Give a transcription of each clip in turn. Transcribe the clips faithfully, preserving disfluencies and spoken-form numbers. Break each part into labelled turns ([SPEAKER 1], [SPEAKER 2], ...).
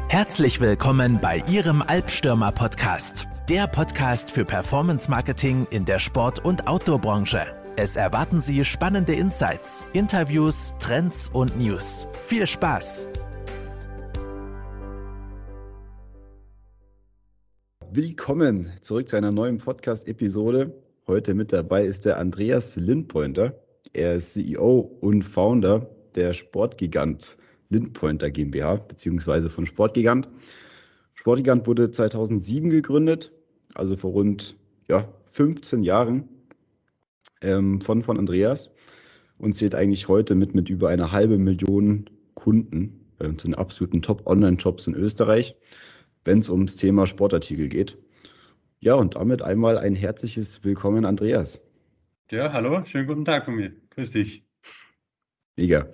[SPEAKER 1] Herzlich willkommen bei Ihrem Alpstürmer-Podcast, der Podcast für Performance-Marketing in der Sport- und Outdoor-Branche. Es erwarten Sie spannende Insights, Interviews, Trends und News. Viel Spaß!
[SPEAKER 2] Willkommen zurück zu einer neuen Podcast-Episode. Heute mit dabei ist der Andreas Lindpointer. Er ist C E O und Founder der Sportgigant Lindpointer GmbH, beziehungsweise von Sportgigant. Sportgigant wurde zweitausendsieben gegründet, also vor rund ja, fünfzehn Jahren ähm, von, von Andreas und zählt eigentlich heute mit, mit über einer halben Million Kunden äh, zu den absoluten Top-Online-Shops in Österreich, wenn es ums Thema Sportartikel geht. Ja, und damit einmal ein herzliches Willkommen, Andreas.
[SPEAKER 3] Ja, hallo, schönen guten Tag von mir. Grüß dich.
[SPEAKER 2] Mega.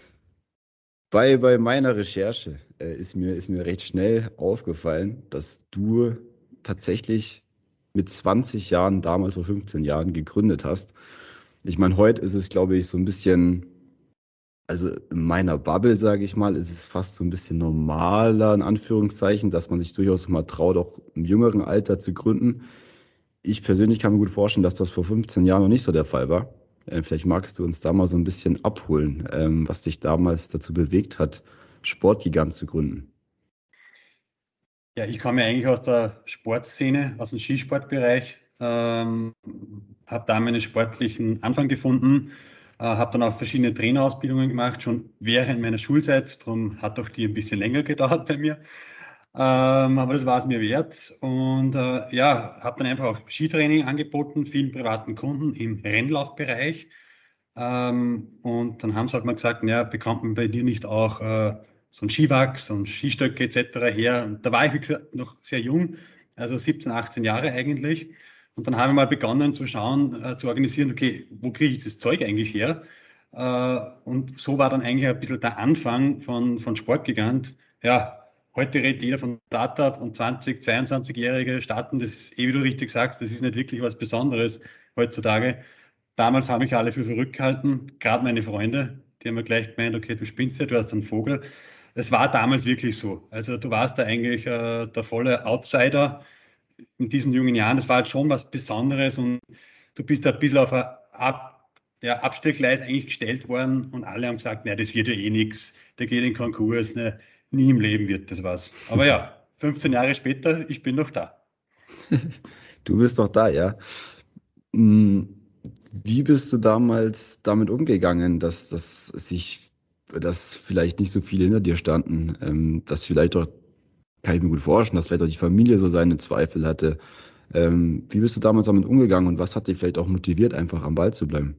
[SPEAKER 2] Bei, bei meiner Recherche äh, ist mir, ist mir recht schnell aufgefallen, dass du tatsächlich mit zwanzig Jahren, damals vor fünfzehn Jahren, gegründet hast. Ich meine, heute ist es, glaube ich, so ein bisschen, also in meiner Bubble, sage ich mal, ist es fast so ein bisschen normaler, in Anführungszeichen, dass man sich durchaus mal traut, auch im jüngeren Alter zu gründen. Ich persönlich kann mir gut vorstellen, dass das vor fünfzehn Jahren noch nicht so der Fall war. Äh, vielleicht magst du uns da mal so ein bisschen abholen, ähm, was dich damals dazu bewegt hat, Sportgigant zu gründen.
[SPEAKER 3] Ja, ich komme ja eigentlich aus der Sportszene, aus dem Skisportbereich, ähm, habe da meinen sportlichen Anfang gefunden, äh, habe dann auch verschiedene Trainerausbildungen gemacht, schon während meiner Schulzeit, darum hat auch die ein bisschen länger gedauert bei mir. Ähm, aber das war es mir wert und äh, ja, habe dann einfach auch Skitraining angeboten, vielen privaten Kunden im Rennlaufbereich. Ähm, und dann haben sie halt mal gesagt, naja, bekommt man bei dir nicht auch äh, so ein Skiwachs und Skistöcke et cetera her. Und da war ich, wie gesagt, noch sehr jung, also siebzehn, achtzehn Jahre eigentlich. Und dann habe ich mal begonnen zu schauen, äh, zu organisieren, okay, wo kriege ich das Zeug eigentlich her? Äh, und so war dann eigentlich ein bisschen der Anfang von, von Sportgigant. Ja, heute redet jeder von Startup und zwanzig-, zweiundzwanzig-Jährige starten, das, eh wie du richtig sagst, das ist nicht wirklich was Besonderes heutzutage. Damals habe ich alle für verrückt gehalten, gerade meine Freunde, die haben mir gleich gemeint, okay, du spinnst ja, du hast einen Vogel. Es war damals wirklich so. Also du warst da eigentlich äh, der volle Outsider in diesen jungen Jahren. Das war halt schon was Besonderes und du bist da ein bisschen auf ein Ab, ja, Abstellgleis eigentlich gestellt worden und alle haben gesagt, na, das wird ja eh nichts, der geht in Konkurs, ne, nie im Leben wird das was. Aber ja, fünfzehn Jahre später, ich bin noch da.
[SPEAKER 2] Du bist doch da, ja. Hm, Wie bist du damals damit umgegangen, dass, dass sich, dass vielleicht nicht so viele hinter dir standen, ähm, dass vielleicht doch, kann ich mir gut vorstellen, dass vielleicht auch die Familie so seine Zweifel hatte. Ähm, wie bist du damals damit umgegangen und was hat dich vielleicht auch motiviert, einfach am Ball zu bleiben?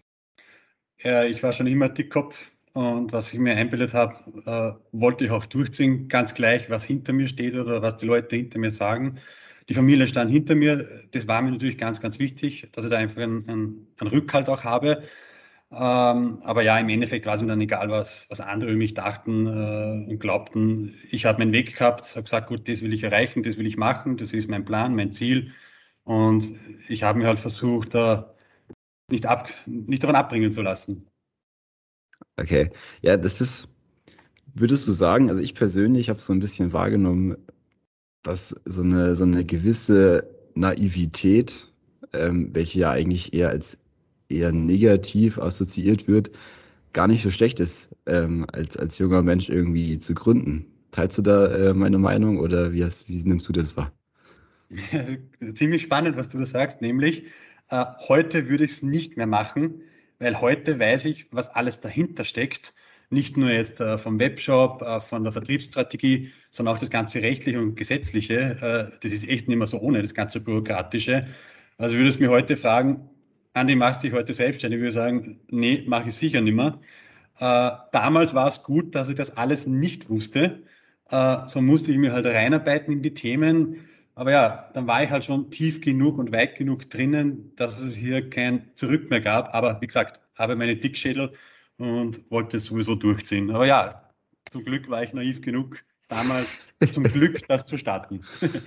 [SPEAKER 3] Ja, ich war schon immer Dickkopf und was ich mir einbildet habe, äh, wollte ich auch durchziehen, ganz gleich, was hinter mir steht oder was die Leute hinter mir sagen. Die Familie stand hinter mir, das war mir natürlich ganz, ganz wichtig, dass ich da einfach einen, einen, einen Rückhalt auch habe. Ähm, aber ja, im Endeffekt war es mir dann egal, was, was andere über mich dachten äh, und glaubten. Ich habe meinen Weg gehabt, habe gesagt, gut, das will ich erreichen, das will ich machen, das ist mein Plan, mein Ziel. Und ich habe mir halt versucht, äh, nicht, ab, nicht davon abbringen zu lassen.
[SPEAKER 2] Okay, ja, das ist, würdest du sagen, also ich persönlich habe so ein bisschen wahrgenommen, dass so eine, so eine gewisse Naivität, ähm, welche ja eigentlich eher als eher negativ assoziiert wird, gar nicht so schlecht ist, ähm, als, als junger Mensch irgendwie zu gründen. Teilst du da äh, meine Meinung oder wie, hast, wie nimmst du das wahr?
[SPEAKER 3] Also, ziemlich spannend, was du da sagst, nämlich äh, heute würde ich es nicht mehr machen, weil heute weiß ich, was alles dahinter steckt. Nicht nur jetzt äh, vom Webshop, äh, von der Vertriebsstrategie, sondern auch das ganze rechtliche und gesetzliche. Äh, das ist echt nicht mehr so ohne, das ganze bürokratische. Also würdest du mir heute fragen, Andi, machst du dich heute selbstständig? Ich würde sagen, nee, mache ich sicher nicht mehr. Äh, damals war es gut, dass ich das alles nicht wusste. Äh, so musste ich mir halt reinarbeiten in die Themen. Aber ja, dann war ich halt schon tief genug und weit genug drinnen, dass es hier kein Zurück mehr gab. Aber wie gesagt, habe meine Dickschädel und wollte es sowieso durchziehen. Aber ja, zum Glück war ich naiv genug, damals zum Glück das zu starten.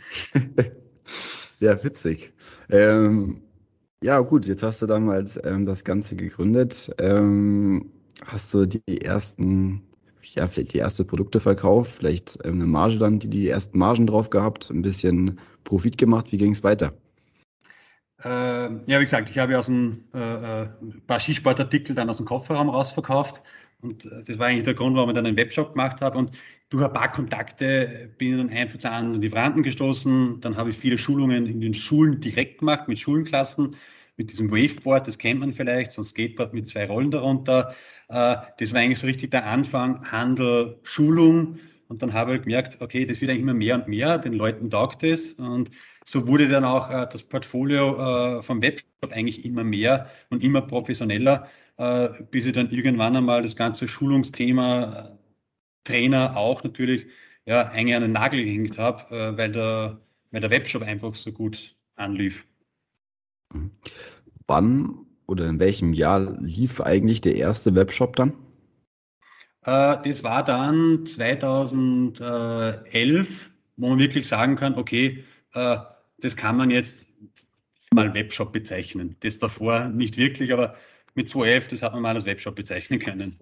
[SPEAKER 2] Ja, witzig. Ähm, ja, gut, jetzt hast du damals ähm, das Ganze gegründet. Ähm, hast du die ersten ja, vielleicht die ersten Produkte verkauft, vielleicht ähm, eine Marge dann, die die ersten Margen drauf gehabt, ein bisschen Profit gemacht. Wie ging es weiter?
[SPEAKER 3] Äh, ja, wie gesagt, ich habe ja aus dem, äh, äh, ein paar Skisportartikel dann aus dem Kofferraum rausverkauft. Und äh, das war eigentlich der Grund, warum ich dann einen Webshop gemacht habe. Und durch ein paar Kontakte bin ich dann einfach zu anderen Lieferanten gestoßen. Dann habe ich viele Schulungen in den Schulen direkt gemacht, mit Schulenklassen, mit diesem Waveboard, das kennt man vielleicht, so ein Skateboard mit zwei Rollen darunter. Äh, das war eigentlich so richtig der Anfang, Handel, Schulung. Und dann habe ich gemerkt, okay, das wird eigentlich immer mehr und mehr, den Leuten taugt es. Und so wurde dann auch äh, das Portfolio äh, vom Webshop eigentlich immer mehr und immer professioneller, äh, bis ich dann irgendwann einmal das ganze Schulungsthema, äh, Trainer auch natürlich, ja, eigentlich an den Nagel gehängt habe, äh, weil, der, weil der Webshop einfach so gut anlief.
[SPEAKER 2] Wann oder in welchem Jahr lief eigentlich der erste Webshop dann?
[SPEAKER 3] Äh, das war dann zweitausendelf, wo man wirklich sagen kann, okay, äh, das kann man jetzt mal Webshop bezeichnen. Das davor nicht wirklich, aber mit zweitausendelf, das hat man mal als Webshop bezeichnen können.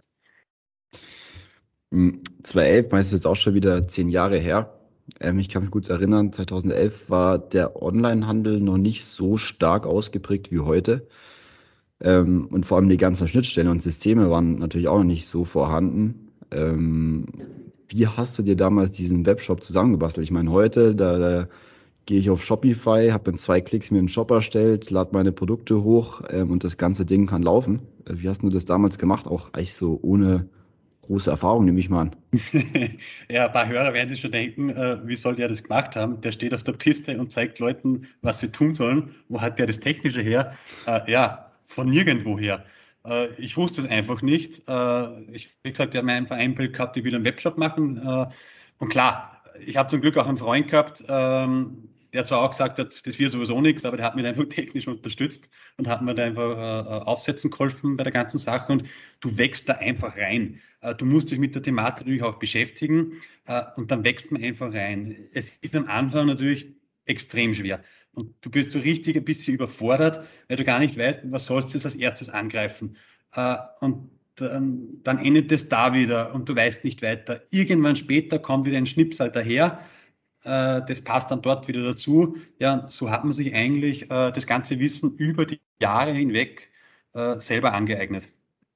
[SPEAKER 2] Hm, zweitausendelf, meinst du jetzt auch schon wieder zehn Jahre her? Ähm, ich kann mich gut erinnern, zweitausendelf war der Onlinehandel noch nicht so stark ausgeprägt wie heute. Ähm, und vor allem die ganzen Schnittstellen und Systeme waren natürlich auch noch nicht so vorhanden. Ähm, wie hast du dir damals diesen Webshop zusammengebastelt? Ich meine, heute, da, da gehe ich auf Shopify, habe in zwei Klicks mir einen Shop erstellt, lade meine Produkte hoch ähm, und das ganze Ding kann laufen. Äh, Wie hast du das damals gemacht? Auch eigentlich so ohne große Erfahrung, nehme ich mal an.
[SPEAKER 3] Ja, ein paar Hörer werden sich schon denken, äh, wie soll der das gemacht haben? Der steht auf der Piste und zeigt Leuten, was sie tun sollen. Wo hat der das Technische her? Äh, ja, von nirgendwo her. Äh, ich wusste es einfach nicht. Äh, ich, wie gesagt, ich habe mir einfach ein Bild gehabt, ich will einen Webshop machen. Äh, und klar, ich habe zum Glück auch einen Freund gehabt, ähm, der zwar auch gesagt hat, das wird sowieso nichts, aber der hat mich einfach technisch unterstützt und hat mir da einfach äh, aufsetzen geholfen bei der ganzen Sache. Und du wächst da einfach rein. Äh, du musst dich mit der Thematik natürlich auch beschäftigen äh, und dann wächst man einfach rein. Es ist am Anfang natürlich extrem schwer. Und du bist so richtig ein bisschen überfordert, weil du gar nicht weißt, was sollst du jetzt als erstes angreifen. Äh, und dann, dann endet es da wieder und du weißt nicht weiter. Irgendwann später kommt wieder ein Schnipsel daher, äh, das passt dann dort wieder dazu. Ja, so hat man sich eigentlich äh, das ganze Wissen über die Jahre hinweg äh, selber angeeignet.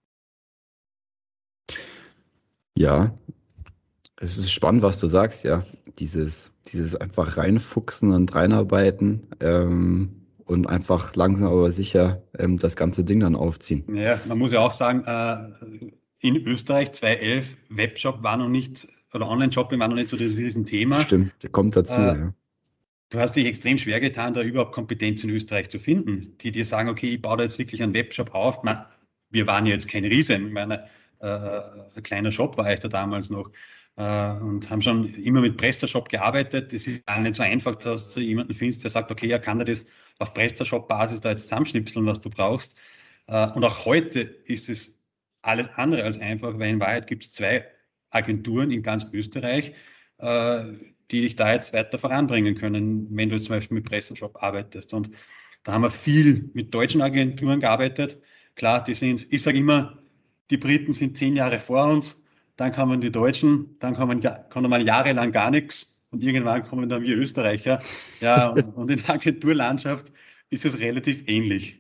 [SPEAKER 2] Ja, es ist spannend, was du sagst, ja. Dieses, dieses einfach reinfuchsen und reinarbeiten ähm, und einfach langsam aber sicher ähm, das ganze Ding dann aufziehen.
[SPEAKER 3] Ja, man muss ja auch sagen, äh, in Österreich zweitausendelf Webshop war noch nicht, oder Online-Shopping war noch nicht so das Riesenthema.
[SPEAKER 2] Stimmt, der kommt dazu,
[SPEAKER 3] Äh,
[SPEAKER 2] ja.
[SPEAKER 3] Du hast dich extrem schwer getan, da überhaupt Kompetenz in Österreich zu finden, die dir sagen, okay, ich baue da jetzt wirklich einen Webshop auf. Man, wir waren jetzt kein Riesen, ich meine, äh, ein kleiner Shop war ich da damals noch äh, und haben schon immer mit PrestaShop gearbeitet. Es ist gar nicht so einfach, dass du jemanden findest, der sagt, okay, er kann dir das auf PrestaShop-Basis da jetzt zusammenschnipseln, was du brauchst. Äh, und auch heute ist es alles andere als einfach, weil in Wahrheit gibt es zwei Agenturen in ganz Österreich, äh, die dich da jetzt weiter voranbringen können, wenn du zum Beispiel mit PrestaShop arbeitest. Und da haben wir viel mit deutschen Agenturen gearbeitet. Klar, die sind, ich sage immer, die Briten sind zehn Jahre vor uns, dann kommen die Deutschen, dann kommen, kommen mal jahrelang gar nichts und irgendwann kommen dann wir Österreicher. Ja, und in der Agenturlandschaft ist es relativ ähnlich.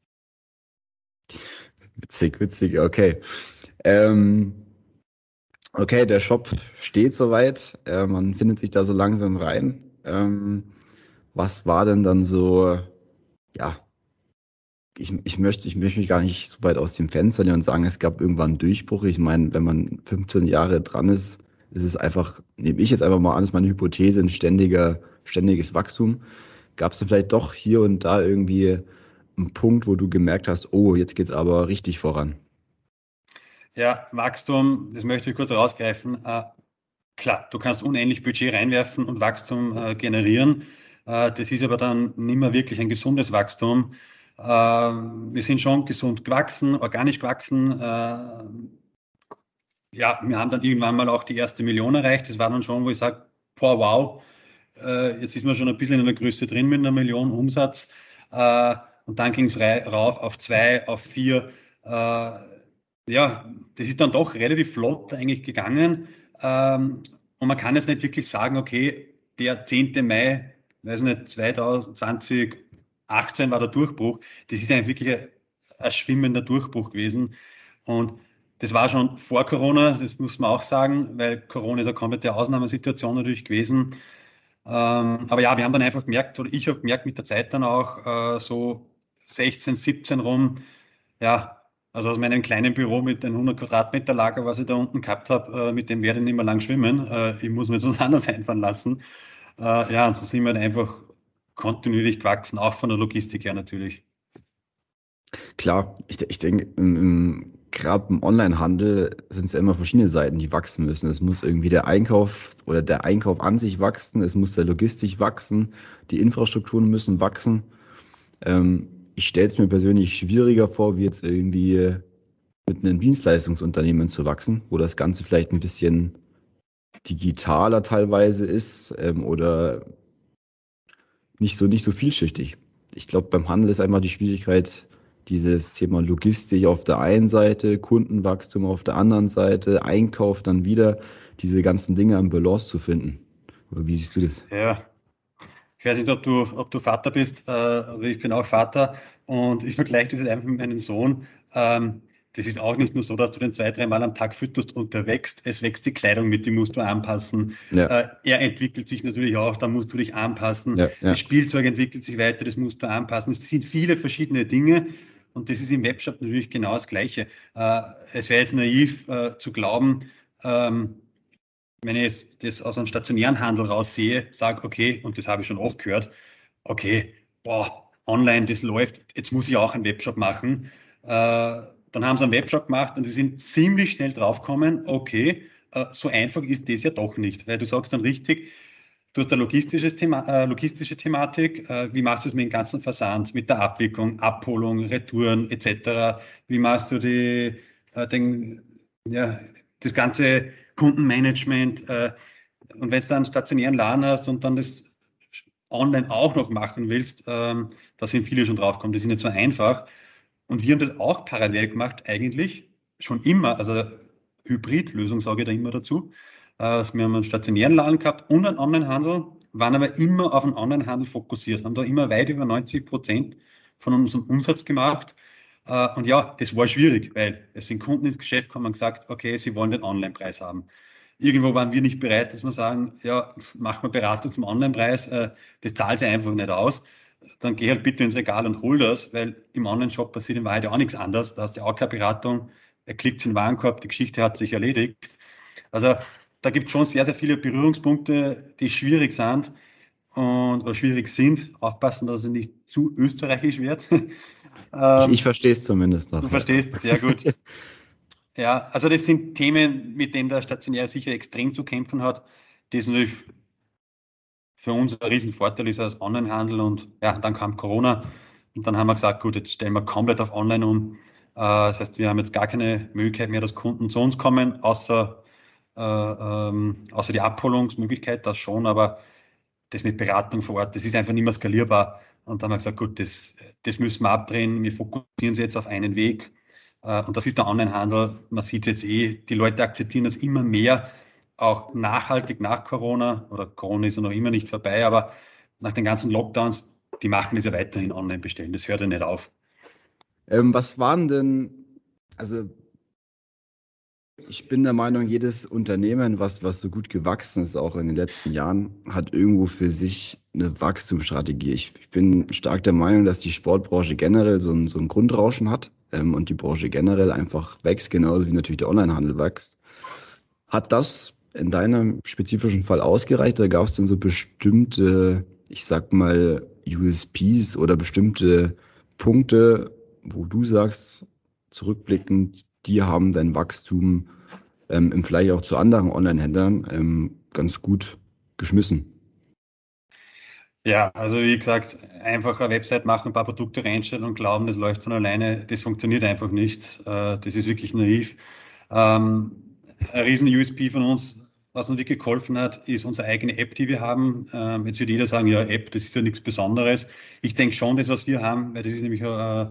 [SPEAKER 2] Witzig, witzig, okay. Ähm, okay, der Shop steht soweit, äh, man findet sich da so langsam rein. Ähm, was war denn dann so, ja, ich, ich möchte, ich möchte mich gar nicht so weit aus dem Fenster lehnen und sagen, es gab irgendwann einen Durchbruch. Ich meine, wenn man fünfzehn Jahre dran ist, ist es einfach, nehme ich jetzt einfach mal an, ist meine Hypothese, ein ständiger, ständiges Wachstum. Gab es denn vielleicht doch hier und da irgendwie einen Punkt, wo du gemerkt hast, oh, jetzt geht's aber richtig voran?
[SPEAKER 3] Ja, Wachstum, das möchte ich kurz rausgreifen. Äh, klar, du kannst unendlich Budget reinwerfen und Wachstum äh, generieren. Äh, das ist aber dann nicht mehr wirklich ein gesundes Wachstum. Äh, wir sind schon gesund gewachsen, organisch gewachsen. Äh, ja, wir haben dann irgendwann mal auch die erste Million erreicht. Das war dann schon, wo ich sage, boah, wow, äh, jetzt ist man schon ein bisschen in der Größe drin mit einer Million Umsatz. Äh, und dann ging es rauf auf zwei, auf vier. Äh, ja, das ist dann doch relativ flott eigentlich gegangen. Ähm, und man kann jetzt nicht wirklich sagen, okay, der zehnten Mai, weiß nicht, zwanzig zwanzig war der Durchbruch. Das ist eigentlich wirklich ein, ein schwimmender Durchbruch gewesen. Und das war schon vor Corona, das muss man auch sagen, weil Corona ist eine komplette Ausnahmesituation natürlich gewesen. Ähm, aber ja, wir haben dann einfach gemerkt, oder ich habe gemerkt mit der Zeit dann auch, äh, so sechzehn, siebzehn rum, ja, also aus meinem kleinen Büro mit den hundert Quadratmeter Lager, was ich da unten gehabt habe, äh, mit dem werde ich nicht mehr lang schwimmen. Äh, ich muss mir jetzt was anderes einfallen lassen. Äh, ja, und so sind wir dann einfach kontinuierlich gewachsen, auch von der Logistik her natürlich.
[SPEAKER 2] Klar, ich, ich denke, im, im, gerade im Onlinehandel sind es ja immer verschiedene Seiten, die wachsen müssen. Es muss irgendwie der Einkauf oder der Einkauf an sich wachsen, es muss der Logistik wachsen, die Infrastrukturen müssen wachsen. Ähm, ich stelle es mir persönlich schwieriger vor, wie jetzt irgendwie mit einem Dienstleistungsunternehmen zu wachsen, wo das Ganze vielleicht ein bisschen digitaler teilweise ist ähm, oder nicht so, nicht so vielschichtig. Ich glaube, beim Handel ist einfach die Schwierigkeit, dieses Thema Logistik auf der einen Seite, Kundenwachstum auf der anderen Seite, Einkauf dann wieder, diese ganzen Dinge im Balance zu finden. Wie siehst du das?
[SPEAKER 3] Ja, ich weiß nicht, ob du, ob du Vater bist, äh, aber ich bin auch Vater und ich vergleiche das jetzt einfach mit meinem Sohn. Ähm, das ist auch nicht nur so, dass du den zwei, dreimal am Tag fütterst und der wächst. Es wächst die Kleidung mit, die musst du anpassen.
[SPEAKER 2] Ja,
[SPEAKER 3] Äh, er entwickelt sich natürlich auch, da musst du dich anpassen.
[SPEAKER 2] ja,
[SPEAKER 3] Das
[SPEAKER 2] ja.
[SPEAKER 3] Spielzeug entwickelt sich weiter, das musst du anpassen. Es sind viele verschiedene Dinge und das ist im Webshop natürlich genau das Gleiche. Äh, es wäre jetzt naiv äh, zu glauben, ähm, wenn ich jetzt das aus einem stationären Handel raussehe, sage, okay, und das habe ich schon oft gehört, okay, boah, online, das läuft, jetzt muss ich auch einen Webshop machen. Äh, dann haben sie einen Webshop gemacht und sie sind ziemlich schnell draufgekommen, okay, äh, so einfach ist das ja doch nicht, weil du sagst dann richtig, du hast eine logistische, Thema, äh, logistische Thematik, äh, wie machst du es mit dem ganzen Versand, mit der Abwicklung, Abholung, Retouren et cetera. Wie machst du die, äh, den, ja, das ganze Kundenmanagement, äh, und wenn du dann einen stationären Laden hast und dann das online auch noch machen willst, ähm, da sind viele schon draufgekommen, das ist nicht so einfach. Und wir haben das auch parallel gemacht, eigentlich schon immer, also Hybridlösung sage ich da immer dazu. Äh, wir haben einen stationären Laden gehabt und einen Onlinehandel, waren aber immer auf den Onlinehandel fokussiert, haben da immer weit über neunzig Prozent von unserem Umsatz gemacht. Uh, und ja, das war schwierig, weil es sind Kunden ins Geschäft gekommen und gesagt, okay, sie wollen den Online-Preis haben. Irgendwo waren wir nicht bereit, dass wir sagen, ja, mach mal Beratung zum Online-Preis, uh, das zahlt sich einfach nicht aus. Dann geh halt bitte ins Regal und hol das, weil im Online-Shop passiert in Wahrheit ja auch nichts anderes. Da hast du ja auch keine Beratung, er klickt in den Warenkorb, die Geschichte hat sich erledigt. Also da gibt es schon sehr, sehr viele Berührungspunkte, die schwierig sind und oder schwierig sind. Aufpassen, dass es nicht zu österreichisch wird.
[SPEAKER 2] Ich, ich verstehe es zumindest noch.
[SPEAKER 3] Du verstehst, sehr gut. Ja, also das sind Themen, mit denen der Stationär sicher extrem zu kämpfen hat. Das natürlich für uns ein Riesenvorteil ist als Onlinehandel und ja, dann kam Corona und dann haben wir gesagt, gut, jetzt stellen wir komplett auf Online um. Das heißt, wir haben jetzt gar keine Möglichkeit mehr, dass Kunden zu uns kommen, außer, äh, ähm, außer die Abholungsmöglichkeit, das schon, aber das mit Beratung vor Ort, das ist einfach nicht mehr skalierbar. Und dann haben wir gesagt, gut, das, das müssen wir abdrehen. Wir fokussieren uns jetzt auf einen Weg. Und das ist der Onlinehandel. Man sieht jetzt eh, die Leute akzeptieren das immer mehr, auch nachhaltig nach Corona. Oder Corona ist ja noch immer nicht vorbei, aber nach den ganzen Lockdowns, die machen das ja weiterhin online bestellen. Das hört ja nicht auf.
[SPEAKER 2] Ähm, was waren denn, also ich bin der Meinung, jedes Unternehmen, was, was so gut gewachsen ist, auch in den letzten Jahren, hat irgendwo für sich eine Wachstumsstrategie. Ich, ich bin stark der Meinung, dass die Sportbranche generell so ein, so ein Grundrauschen hat ähm, und die Branche generell einfach wächst, genauso wie natürlich der Onlinehandel wächst. Hat das in deinem spezifischen Fall ausgereicht oder gab es denn so bestimmte, ich sag mal, U S Ps oder bestimmte Punkte, wo du sagst, zurückblickend, die haben dein Wachstum ähm, im Vergleich auch zu anderen Online-Händlern ähm, ganz gut geschmissen?
[SPEAKER 3] Ja, also wie gesagt, einfach eine Website machen, ein paar Produkte reinstellen und glauben, das läuft von alleine, das funktioniert einfach nicht. Äh, das ist wirklich naiv. Ähm, ein riesen U S P von uns, was uns wirklich geholfen hat, ist unsere eigene App, die wir haben. Ähm, jetzt wird jeder sagen, ja, App, das ist ja nichts Besonderes. Ich denke schon, das, was wir haben, weil das ist nämlich eine,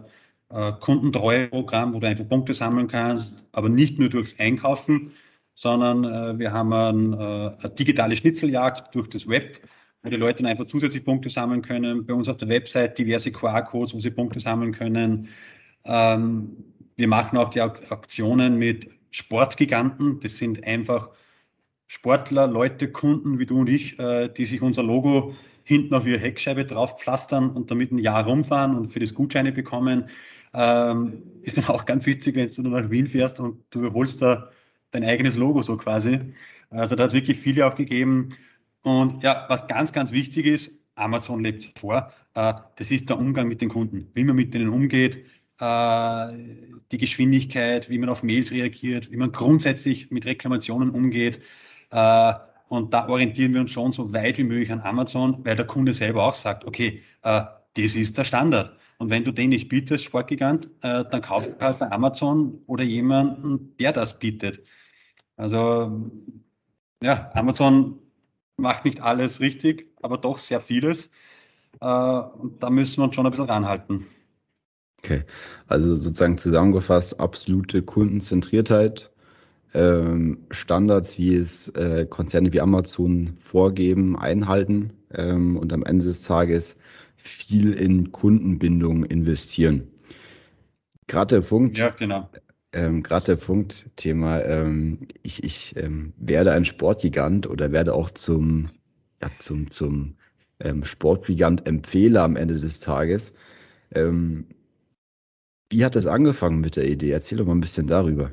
[SPEAKER 3] äh, Kundentreueprogramm, wo du einfach Punkte sammeln kannst, aber nicht nur durchs Einkaufen, sondern äh, wir haben ein, äh, eine digitale Schnitzeljagd durch das Web, wo die Leute dann einfach zusätzlich Punkte sammeln können. Bei uns auf der Website diverse Q R-Codes, wo sie Punkte sammeln können. Ähm, wir machen auch die Aktionen mit Sportgiganten. Das sind einfach Sportler, Leute, Kunden wie du und ich, äh, die sich unser Logo hinten auf ihre Heckscheibe draufpflastern und damit ein Jahr rumfahren und für das Gutscheine bekommen. Ähm, ist dann auch ganz witzig, wenn du nach Wien fährst und du holst da dein eigenes Logo so quasi. Also da hat es wirklich viele auch gegeben. Und ja, was ganz, ganz wichtig ist, Amazon lebt vor, äh, das ist der Umgang mit den Kunden, wie man mit denen umgeht, äh, die Geschwindigkeit, wie man auf Mails reagiert, wie man grundsätzlich mit Reklamationen umgeht. Äh, und da orientieren wir uns schon so weit wie möglich an Amazon, weil der Kunde selber auch sagt, okay, äh, das ist der Standard. Und wenn du den nicht bietest, Sportgigant, äh, dann kauf halt bei Amazon oder jemanden, der das bietet. Also ja, Amazon macht nicht alles richtig, aber doch sehr vieles. Äh, und da müssen wir uns schon ein bisschen ranhalten.
[SPEAKER 2] Okay, also sozusagen zusammengefasst, absolute Kundenzentriertheit, ähm, Standards, wie es äh, Konzerne wie Amazon vorgeben, einhalten ähm, und am Ende des Tages viel in Kundenbindung investieren. Gerade der Punkt,
[SPEAKER 3] Ja, genau.
[SPEAKER 2] ähm, gerade der Punkt, Thema, ähm, ich, ich ähm, werde ein Sportgigant oder werde auch zum, ja, zum, zum ähm, Sportgigant-Empfehler am Ende des Tages. Ähm, wie hat das angefangen mit der Idee? Erzähl doch mal ein bisschen darüber.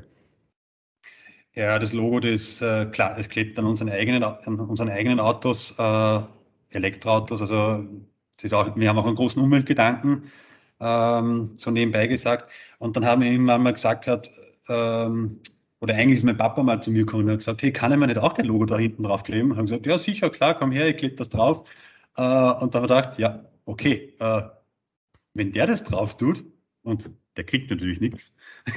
[SPEAKER 3] Ja, das Logo, das äh, klar, es klebt an unseren eigenen, an unseren eigenen Autos, äh, Elektroautos. Also das ist auch, wir haben auch einen großen Umweltgedanken, ähm, so nebenbei gesagt. Und dann haben wir irgendwann mal gesagt gehabt, ähm, oder eigentlich ist mein Papa mal zu mir gekommen und hat gesagt, hey, kann ich mir nicht auch dein Logo da hinten drauf kleben? Haben gesagt, ja, sicher, klar, komm her, ich klebe das drauf. Äh, und dann haben wir gedacht, ja, okay, äh, wenn der das drauf tut, und der kriegt natürlich nichts,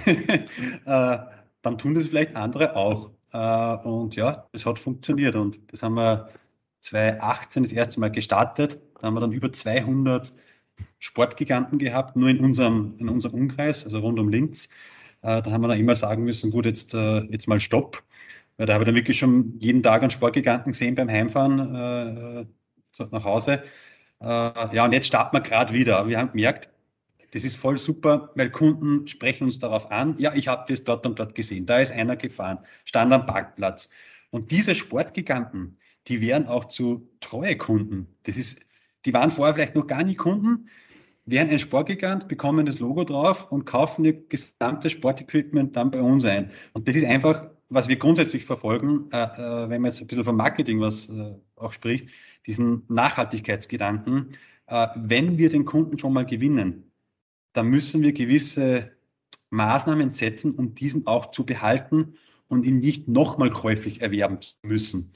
[SPEAKER 3] äh, dann tun das vielleicht andere auch. Äh, und ja, das hat funktioniert. Und das haben wir zwanzig achtzehn das erste Mal gestartet. Da haben wir dann über zweihundert Sportgiganten gehabt, nur in unserem, in unserem Umkreis, also rund um Linz. Äh, da haben wir dann immer sagen müssen, gut, jetzt, äh, jetzt mal Stopp. Weil da habe ich dann wirklich schon jeden Tag einen Sportgiganten gesehen beim Heimfahren äh, nach Hause. Äh, ja, und jetzt starten wir gerade wieder. Wir haben gemerkt, das ist voll super, weil Kunden sprechen uns darauf an. Ja, ich habe das dort und dort gesehen. Da ist einer gefahren, stand am Parkplatz. Und diese Sportgiganten, die werden auch zu treue Kunden. Das ist, die waren vorher vielleicht noch gar nie Kunden, werden ein Sportgigant, bekommen das Logo drauf und kaufen ihr gesamtes Sportequipment dann bei uns ein. Und das ist einfach, was wir grundsätzlich verfolgen, äh, äh, wenn man jetzt ein bisschen vom Marketing was äh, auch spricht, diesen Nachhaltigkeitsgedanken. Äh, wenn wir den Kunden schon mal gewinnen, dann müssen wir gewisse Maßnahmen setzen, um diesen auch zu behalten und ihn nicht nochmal käuflich erwerben zu müssen.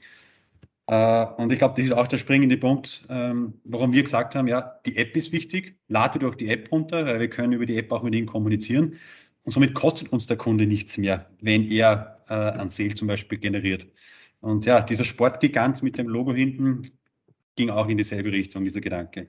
[SPEAKER 3] Äh, und ich glaube, das ist auch der springende Punkt, ähm, warum wir gesagt haben, ja, die App ist wichtig, lade doch die App runter, weil wir können über die App auch mit ihnen kommunizieren. Und somit kostet uns der Kunde nichts mehr, wenn er äh, an Sale zum Beispiel generiert. Und ja, dieser Sportgigant mit dem Logo hinten ging auch in dieselbe Richtung, dieser Gedanke.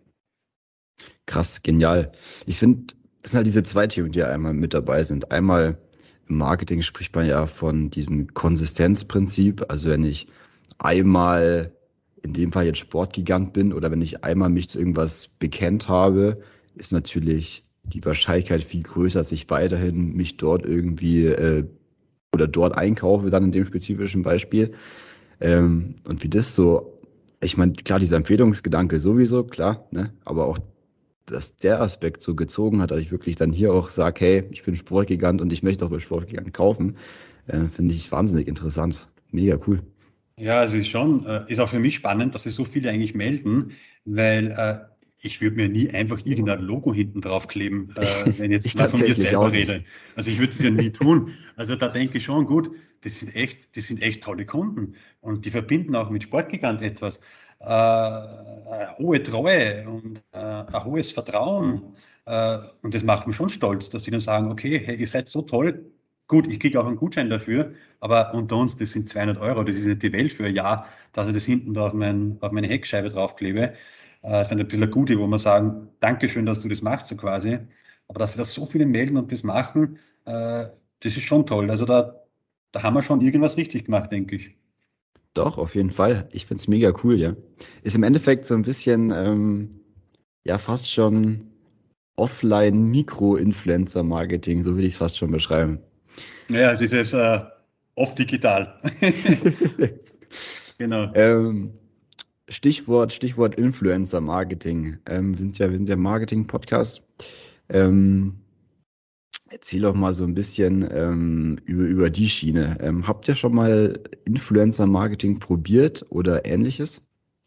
[SPEAKER 2] Krass, genial. Ich finde, das sind halt diese zwei Themen, die ja einmal mit dabei sind. Einmal im Marketing spricht man ja von diesem Konsistenzprinzip. Also wenn ich einmal, in dem Fall jetzt Sportgigant bin oder wenn ich einmal mich zu irgendwas bekennt habe, ist natürlich die Wahrscheinlichkeit viel größer, dass ich weiterhin mich dort irgendwie äh, oder dort einkaufe, dann in dem spezifischen Beispiel. Ähm, und wie das so, ich meine, klar, dieser Empfehlungsgedanke sowieso, klar, ne, aber auch dass der Aspekt so gezogen hat, dass ich wirklich dann hier auch sage, hey, ich bin Sportgigant und ich möchte auch bei Sportgigant kaufen, äh, finde ich wahnsinnig interessant. Mega cool.
[SPEAKER 3] Ja, es ist schon, äh, ist auch für mich spannend, dass sich so viele eigentlich melden, weil äh, ich würde mir nie einfach irgendein Logo hinten draufkleben, äh, wenn ich
[SPEAKER 2] Ich
[SPEAKER 3] jetzt mal von mir
[SPEAKER 2] tatsächlich
[SPEAKER 3] selber
[SPEAKER 2] auch nicht.
[SPEAKER 3] rede. Also ich würde das ja nie tun. Also da denke ich schon, gut, das sind echt, das sind echt tolle Kunden und die verbinden auch mit Sportgigant etwas. Äh, eine hohe Treue und äh, ein hohes Vertrauen. Äh, und das macht mich schon stolz, dass die dann sagen, okay, hey, ihr seid so toll. Gut, ich kriege auch einen Gutschein dafür, aber unter uns, das sind zweihundert Euro, das ist nicht die Welt für ein Jahr, dass ich das hinten da auf, mein, auf meine Heckscheibe draufklebe. Äh, ist ein bisschen ein Gute, wo man sagen, Dankeschön, dass du das machst, so quasi. Aber dass sich das so viele melden und das machen, äh, das ist schon toll. Also da, da haben wir schon irgendwas richtig gemacht, denke ich.
[SPEAKER 2] Doch, auf jeden Fall. Ich find's mega cool, ja. Ist im Endeffekt so ein bisschen, ähm, ja, fast schon Offline-Mikro-Influencer-Marketing, so will ich es fast schon beschreiben.
[SPEAKER 3] Ja, es ist jetzt äh, oft digital. Genau.
[SPEAKER 2] ähm, Stichwort, Stichwort Influencer-Marketing. Ähm, wir sind ja, wir sind ja Marketing-Podcast. Ähm, erzähl doch mal so ein bisschen ähm, über, über die Schiene. Ähm, habt ihr schon mal Influencer-Marketing probiert oder ähnliches?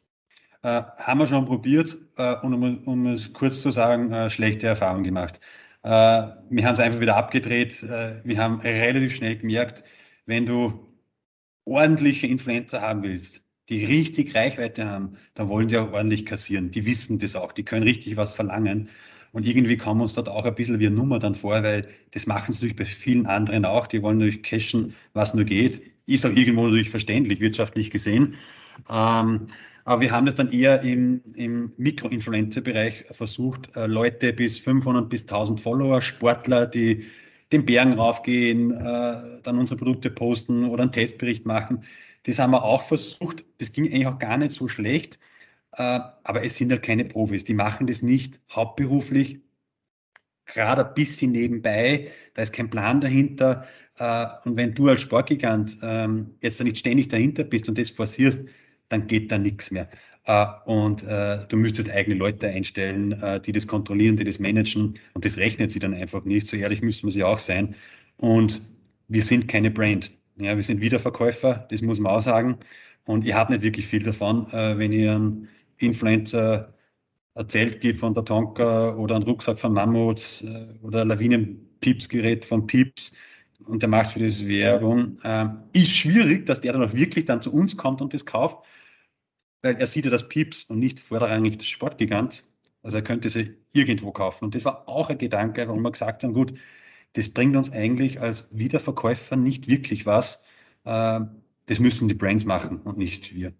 [SPEAKER 3] Äh, haben wir schon probiert äh, und um, um es kurz zu sagen, äh, schlechte Erfahrungen gemacht. Äh, wir haben es einfach wieder abgedreht. Äh, wir haben relativ schnell gemerkt, wenn du ordentliche Influencer haben willst, die richtig Reichweite haben, dann wollen die auch ordentlich kassieren. Die wissen das auch, die können richtig was verlangen. Und irgendwie kommen uns dort auch ein bisschen wie eine Nummer dann vor, weil das machen sie natürlich bei vielen anderen auch. Die wollen natürlich cashen, was nur geht. Ist auch irgendwo natürlich verständlich, wirtschaftlich gesehen. Ähm, aber wir haben das dann eher im, im Mikro-Influencer-Bereich versucht, äh, Leute bis fünfhundert bis tausend Follower, Sportler, die den Bergen raufgehen, äh, dann unsere Produkte posten oder einen Testbericht machen. Das haben wir auch versucht. Das ging eigentlich auch gar nicht so schlecht. Äh, aber es sind halt keine Profis. Die machen das nicht hauptberuflich, gerade ein bisschen nebenbei. Da ist kein Plan dahinter. Äh, und wenn du als Sportgigant ähm, jetzt da nicht ständig dahinter bist und das forcierst, dann geht da nichts mehr. Uh, und uh, du müsstest eigene Leute einstellen, uh, die das kontrollieren, die das managen. Und das rechnet sie dann einfach nicht. So ehrlich müssen wir sie auch sein. Und wir sind keine Brand. Ja, wir sind Wiederverkäufer, das muss man auch sagen. Und ihr habt nicht wirklich viel davon, uh, wenn ihr einen Influencer erzählt gibt von der Tonka oder einen Rucksack von Mammuts uh, oder ein Lawinen-Pieps-Gerät von Pieps und der macht für das Werbung. Uh, ist schwierig, dass der dann auch wirklich dann zu uns kommt und das kauft, weil er sieht ja das Pieps und nicht vorrangig das Sportgigant. Also er könnte sie irgendwo kaufen. Und das war auch ein Gedanke, warum wir gesagt haben, gut, das bringt uns eigentlich als Wiederverkäufer nicht wirklich was. Äh, Das müssen die Brands machen und nicht wir.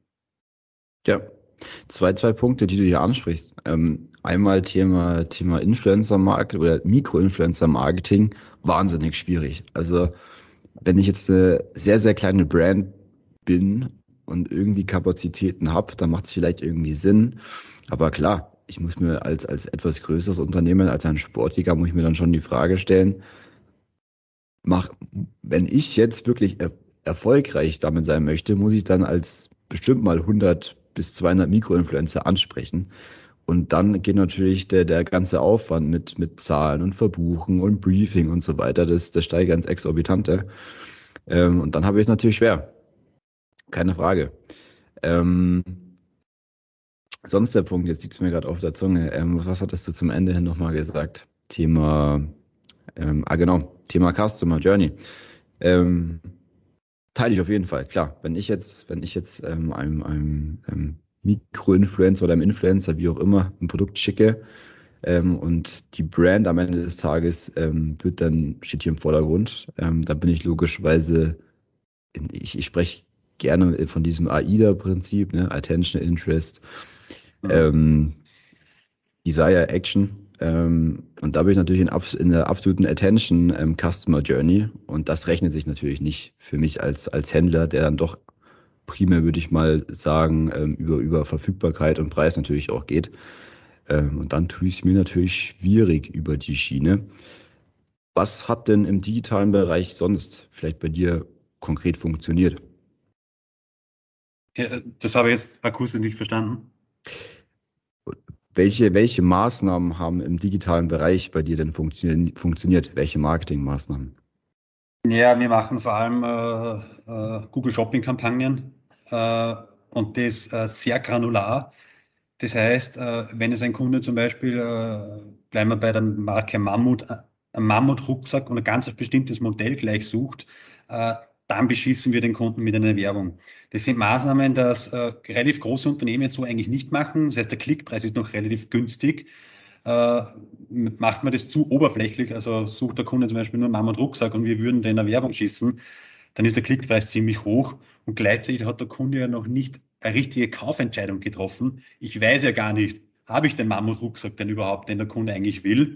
[SPEAKER 2] Ja, zwei, zwei Punkte, die du hier ansprichst. Ähm, einmal Thema, Thema Influencer-Marketing oder Mikro-Influencer-Marketing, wahnsinnig schwierig. Also wenn ich jetzt eine sehr, sehr kleine Brand bin und irgendwie Kapazitäten habe, dann macht es vielleicht irgendwie Sinn. Aber klar, ich muss mir als, als etwas größeres Unternehmen, als ein Sportliga, muss ich mir dann schon die Frage stellen, mach, wenn ich jetzt wirklich er, erfolgreich damit sein möchte, muss ich dann als bestimmt mal hundert bis zweihundert Mikroinfluencer ansprechen. Und dann geht natürlich der, der ganze Aufwand mit, mit Zahlen und Verbuchen und Briefing und so weiter, das, das steigt ins Exorbitante. Ähm, und dann habe ich es natürlich schwer. Keine Frage. Ähm, sonst der Punkt, jetzt liegt es mir gerade auf der Zunge. Ähm, was hattest du zum Ende hin nochmal gesagt? Thema, ähm, ah genau, Thema Customer Journey. Ähm, teile ich auf jeden Fall, klar. Wenn ich jetzt, wenn ich jetzt ähm, einem, einem ähm, Mikroinfluencer oder einem Influencer, wie auch immer, ein Produkt schicke ähm, und die Brand am Ende des Tages ähm, wird dann, steht hier im Vordergrund, ähm, da bin ich logischerweise, ich, ich spreche gerne von diesem AIDA-Prinzip, ne? Attention, Interest,
[SPEAKER 3] Mhm.
[SPEAKER 2] ähm, Desire, Action. Ähm, und da bin ich natürlich in, abs- in der absoluten Attention ähm, Customer Journey. Und das rechnet sich natürlich nicht für mich als, als Händler, der dann doch primär, würde ich mal sagen, ähm, über, über Verfügbarkeit und Preis natürlich auch geht. Ähm, und dann tue ich es mir natürlich schwierig über die Schiene. Was hat denn im digitalen Bereich sonst vielleicht bei dir konkret funktioniert?
[SPEAKER 3] Ja, das habe ich jetzt akustisch nicht verstanden.
[SPEAKER 2] Welche, welche Maßnahmen haben im digitalen Bereich bei dir denn funktio- funktioniert? Welche Marketingmaßnahmen?
[SPEAKER 3] Ja, wir machen vor allem äh, äh, Google Shopping-Kampagnen äh, und das äh, sehr granular. Das heißt, äh, wenn es ein Kunde zum Beispiel, äh, bleiben wir bei der Marke Mammut, äh, einen Mammut-Rucksack und ein ganz bestimmtes Modell gleich sucht, äh, dann beschießen wir den Kunden mit einer Werbung. Das sind Maßnahmen, das äh, relativ große Unternehmen so eigentlich nicht machen. Das heißt, der Klickpreis ist noch relativ günstig. Äh, macht man das zu oberflächlich, also sucht der Kunde zum Beispiel nur einen Mammut-Rucksack und wir würden den eine Werbung schießen, dann ist der Klickpreis ziemlich hoch und gleichzeitig hat der Kunde ja noch nicht eine richtige Kaufentscheidung getroffen. Ich weiß ja gar nicht, habe ich den Mammut-Rucksack denn überhaupt, den der Kunde eigentlich will?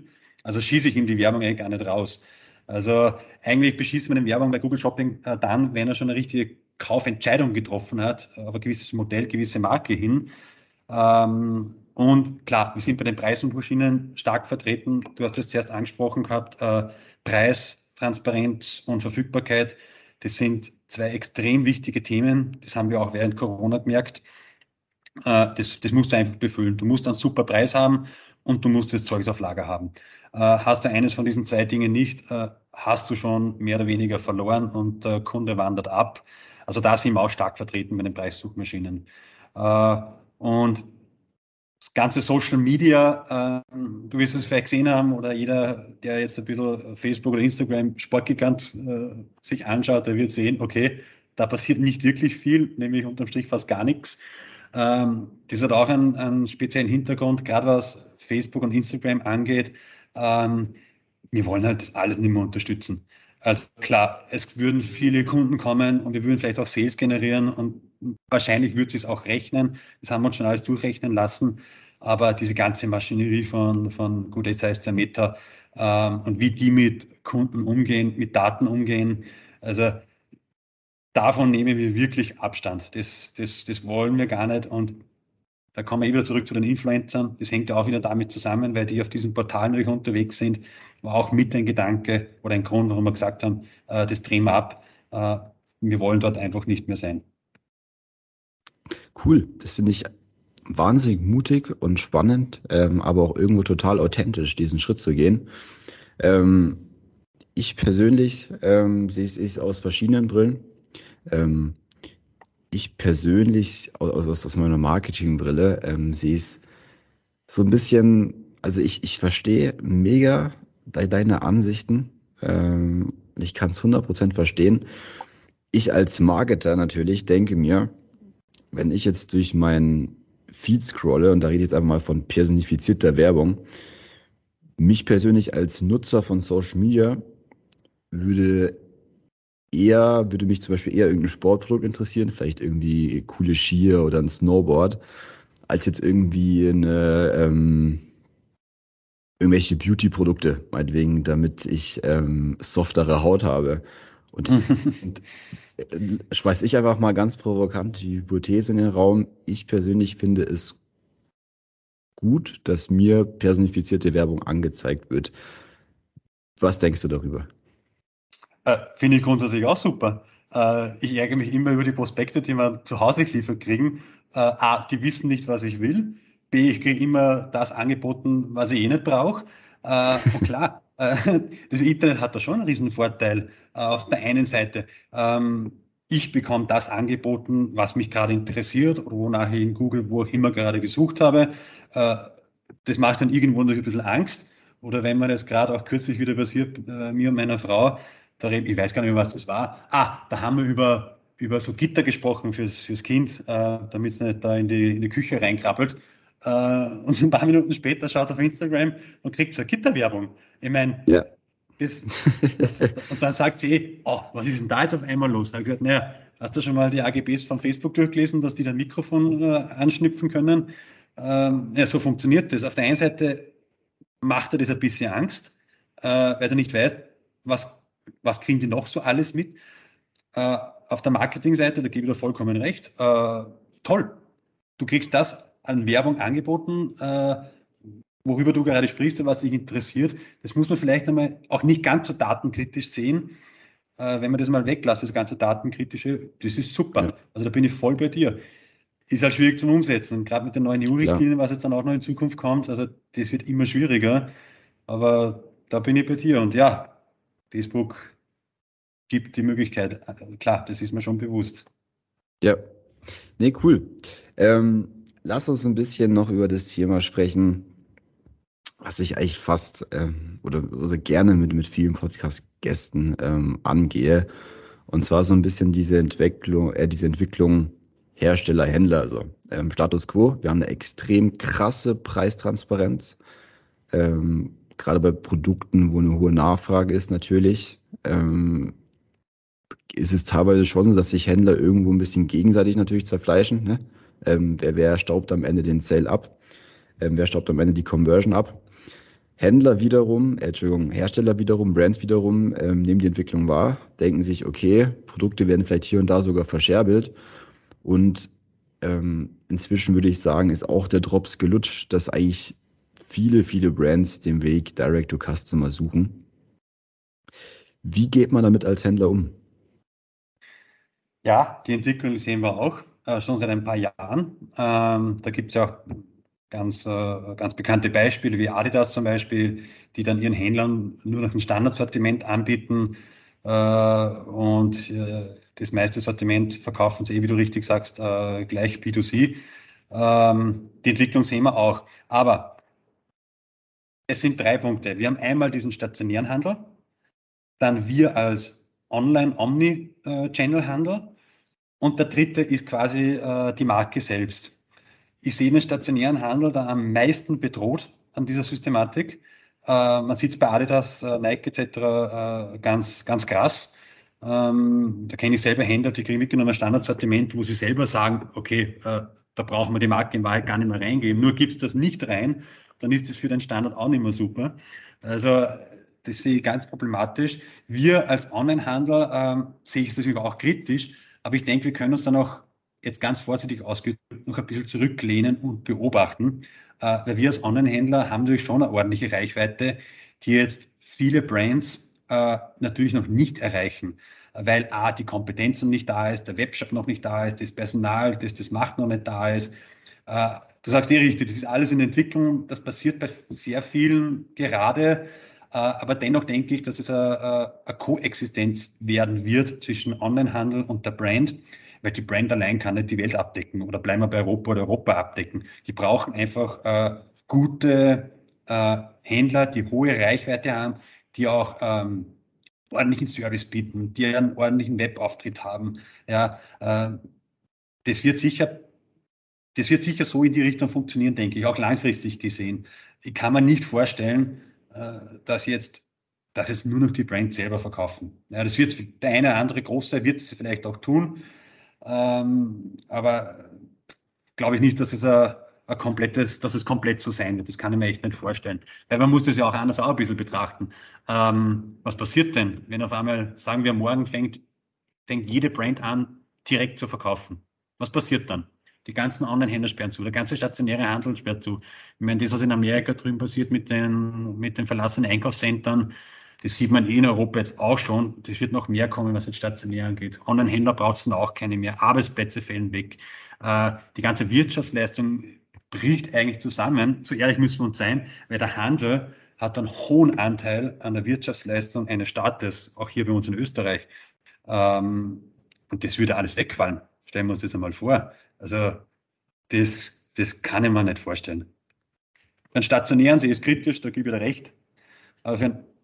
[SPEAKER 3] Also schieße ich ihm die Werbung eigentlich gar nicht raus. Also eigentlich beschießt man die Werbung bei Google Shopping äh, dann, wenn er schon eine richtige Kaufentscheidung getroffen hat, auf ein gewisses Modell, gewisse Marke hin. Ähm, und klar, wir sind bei den Preissuchmaschinen stark vertreten. Du hast es zuerst angesprochen gehabt, äh, Preis, Transparenz und Verfügbarkeit. Das sind zwei extrem wichtige Themen. Das haben wir auch während Corona gemerkt. Äh, das, das musst du einfach befüllen. Du musst einen super Preis haben und du musst das Zeugs auf Lager haben. Äh, hast du eines von diesen zwei Dingen nicht, äh, hast du schon mehr oder weniger verloren und der Kunde wandert ab. Also da sind wir auch stark vertreten bei den Preissuchmaschinen. Äh, und das ganze Social Media, äh, du wirst es vielleicht gesehen haben, oder jeder, der jetzt ein bisschen Facebook oder Instagram Sportgigant äh, sich anschaut, der wird sehen, okay, da passiert nicht wirklich viel, nämlich unterm Strich fast gar nichts. Ähm, das hat auch einen, einen speziellen Hintergrund, gerade was Facebook und Instagram angeht. Ähm, wir wollen halt das alles nicht mehr unterstützen. Also klar, es würden viele Kunden kommen und wir würden vielleicht auch Sales generieren und wahrscheinlich würde es sich auch rechnen. Das haben wir uns schon alles durchrechnen lassen. Aber diese ganze Maschinerie von, von gut, jetzt heißt es ja Meta, ähm, und wie die mit Kunden umgehen, mit Daten umgehen, also davon nehmen wir wirklich Abstand. Das, das, das wollen wir gar nicht. Und da kommen wir wieder zurück zu den Influencern. Das hängt ja auch wieder damit zusammen, weil die auf diesen Portalen natürlich unterwegs sind. War auch mit ein Gedanke oder ein Grund, warum wir gesagt haben, äh, das drehen wir ab. Äh, wir wollen dort einfach nicht mehr sein.
[SPEAKER 2] Cool, das finde ich wahnsinnig mutig und spannend, ähm, aber auch irgendwo total authentisch, diesen Schritt zu gehen. Ähm, ich persönlich ähm, sehe es aus verschiedenen Brillen. Ähm, ich persönlich aus, aus, aus meiner Marketingbrille ähm, sehe es so ein bisschen, also ich, ich verstehe mega de, deine Ansichten. Ähm, ich kann es hundert Prozent verstehen. Ich als Marketer natürlich denke mir, wenn ich jetzt durch meinen Feed scrolle, und da rede ich jetzt einfach mal von personifizierter Werbung, mich persönlich als Nutzer von Social Media würde eher, würde mich zum Beispiel eher irgendein Sportprodukt interessieren, vielleicht irgendwie coole Skier oder ein Snowboard, als jetzt irgendwie eine, ähm, irgendwelche Beauty-Produkte, meinetwegen, damit ich ähm, softere Haut habe. Und, und äh, schmeiß ich einfach mal ganz provokant die Hypothese in den Raum. Ich persönlich finde es gut, dass mir personifizierte Werbung angezeigt wird. Was denkst du darüber?
[SPEAKER 3] Äh, finde ich grundsätzlich auch super. Äh, ich ärgere mich immer über die Prospekte, die wir zu Hause geliefert kriegen. Äh, A, die wissen nicht, was ich will. B, ich kriege immer das angeboten, was ich eh nicht brauche. Äh, und klar, äh, das Internet hat da schon einen riesen Vorteil. Äh, auf der einen Seite, ähm, ich bekomme das angeboten, was mich gerade interessiert oder wonach ich in Google, wo auch immer gerade gesucht habe. Äh, das macht dann irgendwo noch ein bisschen Angst. Oder wenn man das gerade auch kürzlich wieder passiert, äh, mir und meiner Frau, da reden, ich weiß gar nicht mehr, was das war. Ah, da haben wir über, über so Gitter gesprochen fürs, fürs Kind, äh, damit es nicht da in die, in die Küche reinkrabbelt. Äh, und ein paar Minuten später schaut es auf Instagram und kriegt so eine Gitterwerbung. Ich meine,
[SPEAKER 2] Ja.
[SPEAKER 3] das, und dann sagt sie, oh, was ist denn da jetzt auf einmal los? Da habe ich gesagt, naja, hast du schon mal die A G Bs von Facebook durchgelesen, dass die da ein Mikrofon äh, anschnipfen können? Ähm, ja, so funktioniert das. Auf der einen Seite macht er das ein bisschen Angst, äh, weil er nicht weiß, was was kriegen die noch so alles mit? Äh, auf der Marketingseite, da gebe ich dir vollkommen recht, äh, toll. Du kriegst das an Werbung angeboten, äh, worüber du gerade sprichst und was dich interessiert. Das muss man vielleicht einmal auch nicht ganz so datenkritisch sehen. Äh, wenn man das mal weglässt, das ganze Datenkritische, das ist super. Ja. Also da bin ich voll bei dir. Ist halt schwierig zum Umsetzen, gerade mit den neuen E U-Richtlinien, was jetzt dann auch noch in Zukunft kommt. Also das wird immer schwieriger. Aber da bin ich bei dir. Und ja, Facebook gibt die Möglichkeit. Klar, das ist mir schon bewusst.
[SPEAKER 2] Ja, nee, cool. Ähm, lass uns ein bisschen noch über das Thema sprechen, was ich eigentlich fast ähm, oder, oder gerne mit, mit vielen Podcast-Gästen ähm, angehe. Und zwar so ein bisschen diese Entwicklung, äh, diese Entwicklung Hersteller, Händler, also ähm, Status Quo. Wir haben eine extrem krasse Preistransparenz. Ähm, gerade bei Produkten, wo eine hohe Nachfrage ist, natürlich, ähm, ist es teilweise schon so, dass sich Händler irgendwo ein bisschen gegenseitig natürlich zerfleischen. Ne? Ähm, wer, wer staubt am Ende den Sale ab? Ähm, wer staubt am Ende die Conversion ab? Händler wiederum, äh, Entschuldigung, Hersteller wiederum, Brands wiederum ähm, nehmen die Entwicklung wahr, denken sich, okay, Produkte werden vielleicht hier und da sogar verscherbelt und ähm, inzwischen würde ich sagen, ist auch der Drops gelutscht, dass eigentlich viele, viele Brands den Weg Direct to Customer suchen. Wie geht man damit als Händler um?
[SPEAKER 3] Ja, die Entwicklung sehen wir auch äh, schon seit ein paar Jahren. Ähm, da gibt es ja auch ganz, äh, ganz bekannte Beispiele wie Adidas zum Beispiel, die dann ihren Händlern nur noch ein Standardsortiment anbieten äh, und äh, das meiste Sortiment verkaufen sie, eh, wie du richtig sagst, äh, gleich B zwei C. Ähm, die Entwicklung sehen wir auch. Aber es sind drei Punkte. Wir haben einmal diesen stationären Handel, dann wir als Online-Omni-Channel-Handel und der dritte ist quasi äh, die Marke selbst. Ich sehe den stationären Handel da am meisten bedroht an dieser Systematik. Äh, man sieht es bei Adidas, äh, Nike et cetera äh, ganz, ganz krass. Ähm, da kenne ich selber Händler, die kriegen wirklich nur ein Standardsortiment, wo sie selber sagen, okay, äh, da brauchen wir die Marke in Wahrheit gar nicht mehr reingeben. Nur gibt es das nicht rein, dann ist das für den Standard auch nicht mehr super. Also das sehe ich ganz problematisch. Wir als Onlinehandel ähm, sehe ich das auch kritisch, aber ich denke, wir können uns dann auch jetzt ganz vorsichtig ausgedrückt noch ein bisschen zurücklehnen und beobachten, äh, weil wir als Online-Händler haben natürlich schon eine ordentliche Reichweite, die jetzt viele Brands äh, natürlich noch nicht erreichen, weil A, die Kompetenz noch nicht da ist, der Webshop noch nicht da ist, das Personal, das das macht, noch nicht da ist. Äh, du sagst eh richtig, das ist alles in Entwicklung, das passiert bei sehr vielen gerade, äh, aber dennoch denke ich, dass es eine, eine Koexistenz werden wird zwischen Onlinehandel und der Brand, weil die Brand allein kann nicht die Welt abdecken oder bleiben wir bei Europa oder Europa abdecken. Die brauchen einfach äh, gute äh, Händler, die hohe Reichweite haben, die auch ähm, ordentlichen Service bieten, die einen ordentlichen Webauftritt haben. Ja, äh, das wird sicher, das wird sicher so in die Richtung funktionieren, denke ich, auch langfristig gesehen. Ich kann mir nicht vorstellen, äh, dass jetzt dass jetzt nur noch die Brand selber verkaufen. Ja, das wird der eine oder andere Große wird es vielleicht auch tun. Ähm, aber glaube ich nicht, dass es ein, ein komplettes, dass es komplett so sein wird. Das kann ich mir echt nicht vorstellen. Weil man muss das ja auch anders auch ein bisschen betrachten. Ähm, was passiert denn, wenn auf einmal, sagen wir, morgen fängt, fängt jede Brand an, direkt zu verkaufen? Was passiert dann? Die ganzen Online-Händler sperren zu, der ganze stationäre Handel sperrt zu. Ich meine, das, was in Amerika drüben passiert mit den, mit den verlassenen Einkaufszentren, das sieht man eh in Europa jetzt auch schon. Das wird noch mehr kommen, was jetzt stationär angeht. Online-Händler braucht es dann auch keine mehr. Arbeitsplätze fällen weg. Äh, die ganze Wirtschaftsleistung bricht eigentlich zusammen. So ehrlich müssen wir uns sein, weil der Handel hat einen hohen Anteil an der Wirtschaftsleistung eines Staates, auch hier bei uns in Österreich. Ähm, und das würde alles wegfallen. Stellen wir uns das einmal vor. Also das, das kann ich mir nicht vorstellen. Beim Stationären sehe ich es kritisch, da gebe ich dir recht. Aber für ein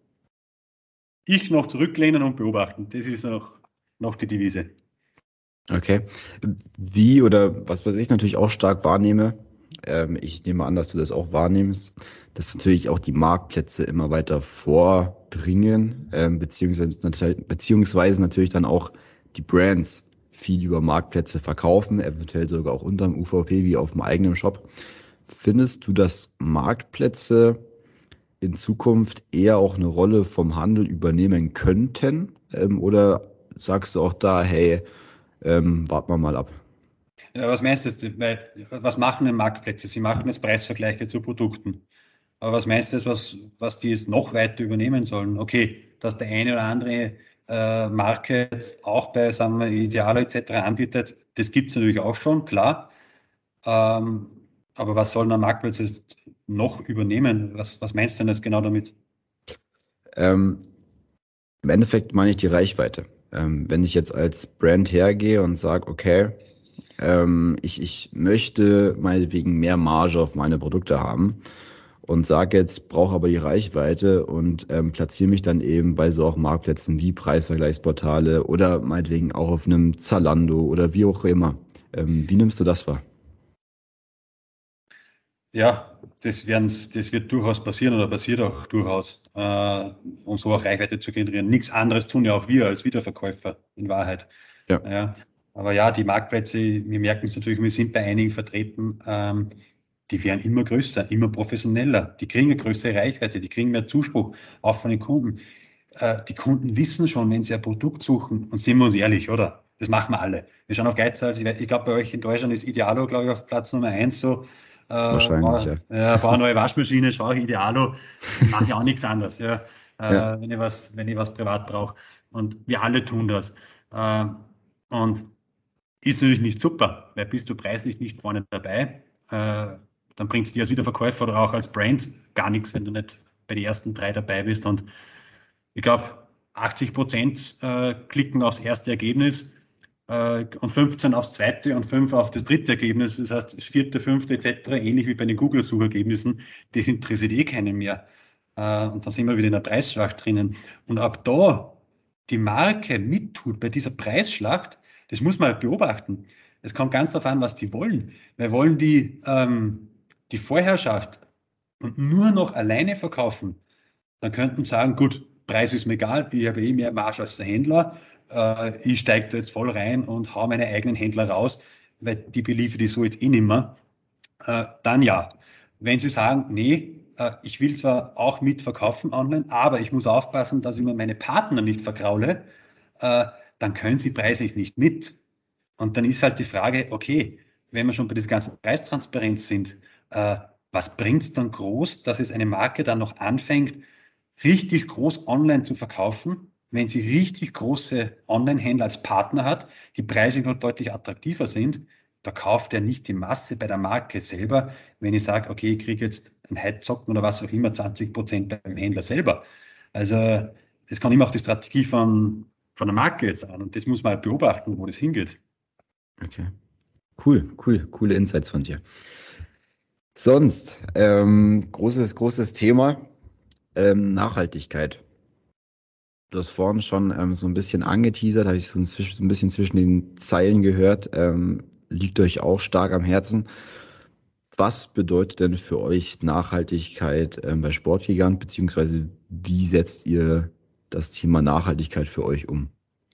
[SPEAKER 3] Ich noch zurücklehnen und beobachten. Das ist noch, noch die Devise.
[SPEAKER 2] Okay. Wie oder was, was ich natürlich auch stark wahrnehme, ähm, ich nehme an, dass du das auch wahrnimmst, dass natürlich auch die Marktplätze immer weiter vordringen, ähm, beziehungsweise, beziehungsweise natürlich dann auch die Brands viel über Marktplätze verkaufen, eventuell sogar auch unterm U V P wie auf dem eigenen Shop. Findest du, dass Marktplätze in Zukunft eher auch eine Rolle vom Handel übernehmen könnten? Ähm, oder sagst du auch da, hey, ähm, warten wir mal ab?
[SPEAKER 3] Ja, was meinst du? Weil, was machen denn Marktplätze? Sie machen jetzt Preisvergleiche zu Produkten. Aber was meinst du, was, was die jetzt noch weiter übernehmen sollen? Okay, dass der eine oder andere äh, Marke jetzt auch bei, sagen wir, Idealo et cetera anbietet, das gibt es natürlich auch schon, klar. Ähm, aber was sollen ein Marktplatz jetzt noch übernehmen? Was, was meinst du denn jetzt genau damit?
[SPEAKER 2] Ähm, Im Endeffekt meine ich die Reichweite. Ähm, wenn ich jetzt als Brand hergehe und sage, okay, ähm, ich, ich möchte meinetwegen mehr Marge auf meine Produkte haben und sage jetzt, brauche aber die Reichweite und ähm, platziere mich dann eben bei so auch Marktplätzen wie Preisvergleichsportale oder meinetwegen auch auf einem Zalando oder wie auch immer. Ähm, wie nimmst du das wahr?
[SPEAKER 3] Ja, das, werden's, das wird durchaus passieren oder passiert auch durchaus, äh, um so auch Reichweite zu generieren. Nichts anderes tun ja auch wir als Wiederverkäufer in Wahrheit.
[SPEAKER 2] Ja.
[SPEAKER 3] Ja, aber ja, die Marktplätze, wir merken es natürlich, wir sind bei einigen vertreten. Ähm, die werden immer größer, immer professioneller, die kriegen eine größere Reichweite, die kriegen mehr Zuspruch, auch von den Kunden. Äh, die Kunden wissen schon, wenn sie ein Produkt suchen, und sind wir uns ehrlich, oder? Das machen wir alle. Wir schauen auf Geizhals. Ich glaube, bei euch in Deutschland ist Idealo, glaube ich, auf Platz Nummer eins so. Äh,
[SPEAKER 2] Wahrscheinlich,
[SPEAKER 3] war,
[SPEAKER 2] ja.
[SPEAKER 3] Ja, baue eine neue Waschmaschine, schaue ich Idealo, mache ich auch nichts anderes, ja. Äh,
[SPEAKER 2] Ja.
[SPEAKER 3] wenn ich was, wenn ich was privat brauche. Und wir alle tun das. Äh, und ist natürlich nicht super, weil bist du preislich nicht vorne dabei, äh, dann bringt es dir als Wiederverkäufer oder auch als Brand gar nichts, wenn du nicht bei den ersten drei dabei bist. Und ich glaube, achtzig Prozent äh, klicken aufs erste Ergebnis äh, und fünfzehn aufs zweite und fünf auf das dritte Ergebnis. Das heißt, das vierte, fünfte et cetera, ähnlich wie bei den Google-Suchergebnissen, das interessiert eh keinen mehr. Äh, und dann sind wir wieder in der Preisschlacht drinnen. Und ab da die Marke mittut bei dieser Preisschlacht, das muss man halt beobachten. Es kommt ganz darauf an, was die wollen. Weil wollen die ähm, die Vorherrschaft und nur noch alleine verkaufen, dann könnten sie sagen, gut, Preis ist mir egal, ich habe eh mehr Marge als der Händler, äh, ich steige da jetzt voll rein und hau meine eigenen Händler raus, weil die beliefere ich so jetzt eh nicht mehr. Äh, dann ja. Wenn sie sagen, nee, äh, ich will zwar auch mitverkaufen online, aber ich muss aufpassen, dass ich mir meine Partner nicht vergraule, äh, dann können sie preislich nicht mit. Und dann ist halt die Frage, okay, wenn wir schon bei dieser ganzen Preistransparenz sind, äh, was bringt es dann groß, dass es eine Marke dann noch anfängt, richtig groß online zu verkaufen, wenn sie richtig große Online-Händler als Partner hat, die preislich noch deutlich attraktiver sind? Da kauft er nicht die Masse bei der Marke selber, wenn ich sage, okay, ich kriege jetzt ein Heizsocken oder was auch immer, zwanzig Prozent beim Händler selber. Also das kommt immer auf die Strategie von, von der Marke jetzt an und das muss man halt beobachten, wo das hingeht.
[SPEAKER 2] Okay. Cool, cool, coole Insights von dir. Sonst, ähm, großes, großes Thema, ähm, Nachhaltigkeit. Du hast vorhin schon ähm, so ein bisschen angeteasert, habe ich so ein, so ein bisschen zwischen den Zeilen gehört, ähm, liegt euch auch stark am Herzen. Was bedeutet denn für euch Nachhaltigkeit ähm, bei Sportgigant, beziehungsweise wie setzt ihr das Thema Nachhaltigkeit für euch um?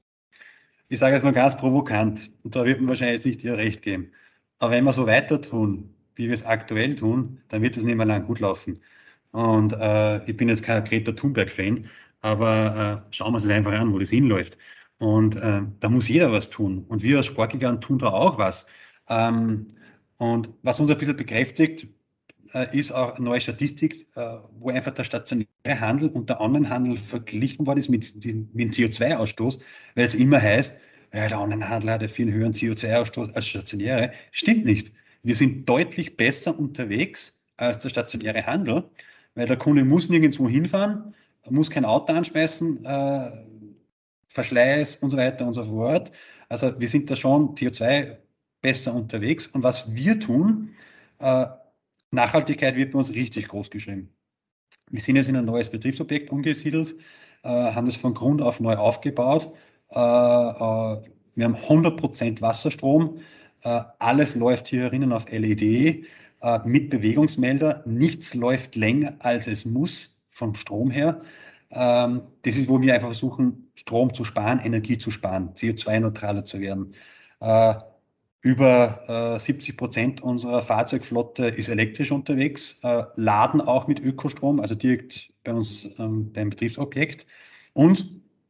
[SPEAKER 3] Ich sage jetzt mal ganz provokant, und da wird mir wahrscheinlich jetzt nicht ihr recht geben, aber wenn wir so weiter tun, wie wir es aktuell tun, dann wird es nicht mehr lang gut laufen. Und äh, ich bin jetzt kein Greta Thunberg-Fan, aber äh, schauen wir uns das einfach an, wo das hinläuft. Und äh, da muss jeder was tun. Und wir als Sportgigant tun da auch was. Ähm, und was uns ein bisschen bekräftigt, äh, ist auch eine neue Statistik, äh, wo einfach der stationäre Handel und der Onlinehandel verglichen worden ist mit, mit dem C O zwei Ausstoß, weil es immer heißt, ja, der Onlinehandel hat ja viel höheren C O zwei Ausstoß als stationäre. Stimmt nicht. Wir sind deutlich besser unterwegs als der stationäre Handel, weil der Kunde muss nirgendwo hinfahren, muss kein Auto anschmeißen, äh, Verschleiß und so weiter und so fort. Also wir sind da schon C O zwei besser unterwegs. Und was wir tun, äh, Nachhaltigkeit wird bei uns richtig groß geschrieben. Wir sind jetzt in ein neues Betriebsobjekt umgesiedelt, äh, haben das von Grund auf neu aufgebaut. Äh, äh, wir haben hundert Prozent Wasserstrom. Äh, alles läuft hier drinnen auf L E D äh, mit Bewegungsmelder. Nichts läuft länger, als es muss vom Strom her. Ähm, das ist, wo wir einfach versuchen, Strom zu sparen, Energie zu sparen, C O zwei neutraler zu werden. Äh, Über äh, siebzig Prozent unserer Fahrzeugflotte ist elektrisch unterwegs, äh, laden auch mit Ökostrom, also direkt bei uns ähm, beim Betriebsobjekt. Und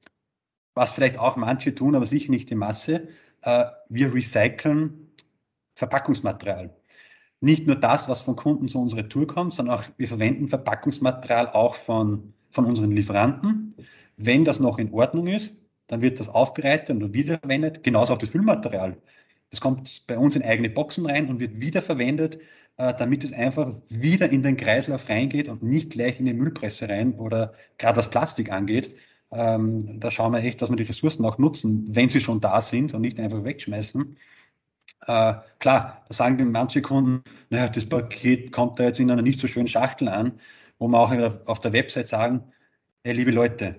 [SPEAKER 3] was vielleicht auch manche tun, aber sicher nicht die Masse, äh, wir recyceln Verpackungsmaterial. Nicht nur das, was von Kunden zu unserer Tour kommt, sondern auch wir verwenden Verpackungsmaterial auch von, von unseren Lieferanten. Wenn das noch in Ordnung ist, dann wird das aufbereitet und wiederverwendet, genauso auch das Füllmaterial. Das kommt bei uns in eigene Boxen rein und wird wiederverwendet, äh, damit es einfach wieder in den Kreislauf reingeht und nicht gleich in die Müllpresse rein oder gerade was Plastik angeht. Ähm, da schauen wir echt, dass wir die Ressourcen auch nutzen, wenn sie schon da sind und nicht einfach wegschmeißen. Äh, klar, da sagen dann manche Kunden, naja, das Paket kommt da jetzt in einer nicht so schönen Schachtel an, wo wir auch auf der Website sagen, hey, liebe Leute,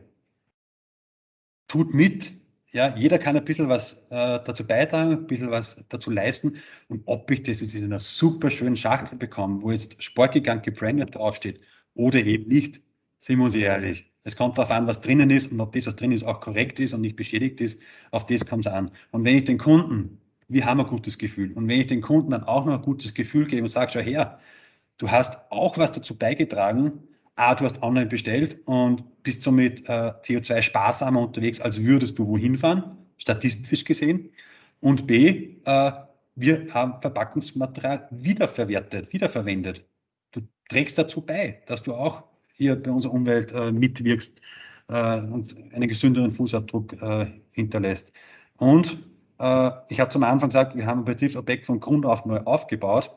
[SPEAKER 3] tut mit. Ja, jeder kann ein bisschen was äh, dazu beitragen, ein bisschen was dazu leisten. Und ob ich das jetzt in einer super schönen Schachtel bekomme, wo jetzt Sportgigant gebrandet draufsteht oder eben nicht, sind wir uns ehrlich. Es kommt darauf an, was drinnen ist und ob das, was drin ist, auch korrekt ist und nicht beschädigt ist. Auf das kommt es an. Und wenn ich den Kunden wir haben ein gutes Gefühl. Und wenn ich den Kunden dann auch noch ein gutes Gefühl gebe und sage, schau her, du hast auch was dazu beigetragen, A, du hast online bestellt und bist somit äh, C O zwei sparsamer unterwegs, als würdest du wohin fahren, statistisch gesehen. Und B, äh, wir haben Verpackungsmaterial wiederverwertet, wiederverwendet. Du trägst dazu bei, dass du auch hier bei unserer Umwelt äh, mitwirkst äh, und einen gesünderen Fußabdruck äh, hinterlässt. Und äh, ich habe zum Anfang gesagt, wir haben ein Betriebsobjekt von Grund auf neu aufgebaut,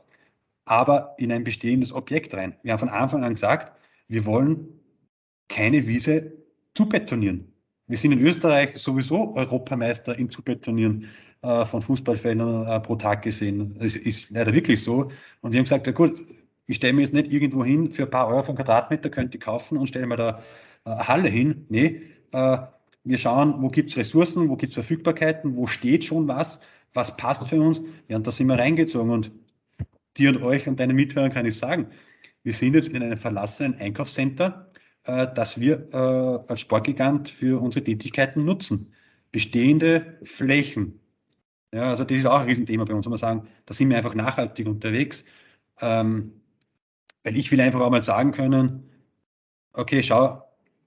[SPEAKER 3] aber in ein bestehendes Objekt rein. Wir haben von Anfang an gesagt, wir wollen keine Wiese zubetonieren. Wir sind in Österreich sowieso Europameister im Zubetonieren äh, von Fußballfeldern äh, pro Tag gesehen. Das ist leider wirklich so. Und wir haben gesagt, ja gut, ich stelle mir jetzt nicht irgendwo hin, für ein paar Euro vom Quadratmeter könnt ihr kaufen und stelle mir da äh, eine Halle hin. Nee, äh, wir schauen, wo gibt es Ressourcen, wo gibt es Verfügbarkeiten, wo steht schon was, was passt für uns. Ja, und da sind wir reingezogen. Und dir und euch und deinen Mithörern kann ich sagen, wir sind jetzt in einem verlassenen Einkaufscenter, äh, das wir äh, als Sportgigant für unsere Tätigkeiten nutzen. Bestehende Flächen. Ja, also das ist auch ein Riesenthema bei uns, wo wir sagen, da sind wir einfach nachhaltig unterwegs. Ähm, weil ich will einfach auch mal sagen können, okay, schau,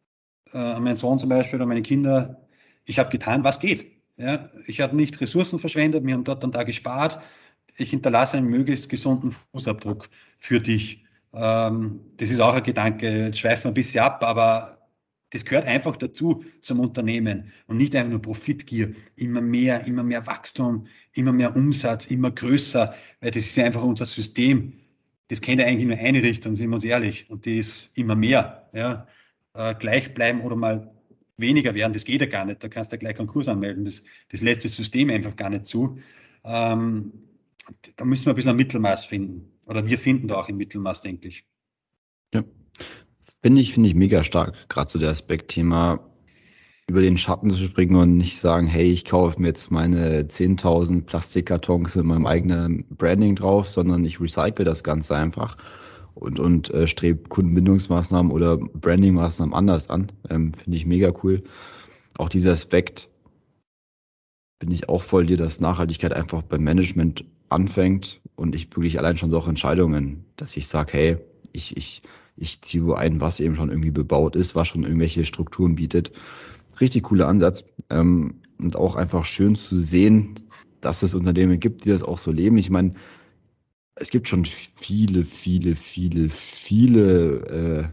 [SPEAKER 3] äh, mein Sohn zum Beispiel oder meine Kinder, ich habe getan, was geht. Ja, ich habe nicht Ressourcen verschwendet, wir haben dort und da gespart. Ich hinterlasse einen möglichst gesunden Fußabdruck für dich. Ähm, das ist auch ein Gedanke, jetzt schweifen wir ein bisschen ab, aber das gehört einfach dazu zum Unternehmen und nicht einfach nur Profitgier. Immer mehr, immer mehr Wachstum, immer mehr Umsatz, immer größer, weil das ist ja einfach unser System. Das kennt ja eigentlich nur eine Richtung, sind wir uns ehrlich, und die ist immer mehr. Ja. Äh, gleich bleiben oder mal weniger werden, das geht ja gar nicht. Da kannst du ja gleich Konkurs anmelden. Das, das lässt das System einfach gar nicht zu. Ähm, Da müssen wir ein bisschen ein Mittelmaß finden. Oder wir finden da auch ein Mittelmaß, denke ich.
[SPEAKER 2] Ja, finde ich, finde ich mega stark. Gerade so der Aspekt Thema über den Schatten zu springen und nicht sagen, hey, ich kaufe mir jetzt meine zehntausend Plastikkartons mit meinem eigenen Branding drauf, sondern ich recycle das Ganze einfach und, und äh, strebe Kundenbindungsmaßnahmen oder Brandingmaßnahmen anders an. Ähm, finde ich mega cool. Auch dieser Aspekt bin ich auch voll dir, dass Nachhaltigkeit einfach beim Management anfängt und ich wirklich allein schon so auch Entscheidungen, dass ich sage, hey, ich, ich, ich ziehe wo ein, was eben schon irgendwie bebaut ist, was schon irgendwelche Strukturen bietet. Richtig cooler Ansatz ähm, und auch einfach schön zu sehen, dass es Unternehmen gibt, die das auch so leben. Ich meine, es gibt schon viele, viele, viele, viele äh,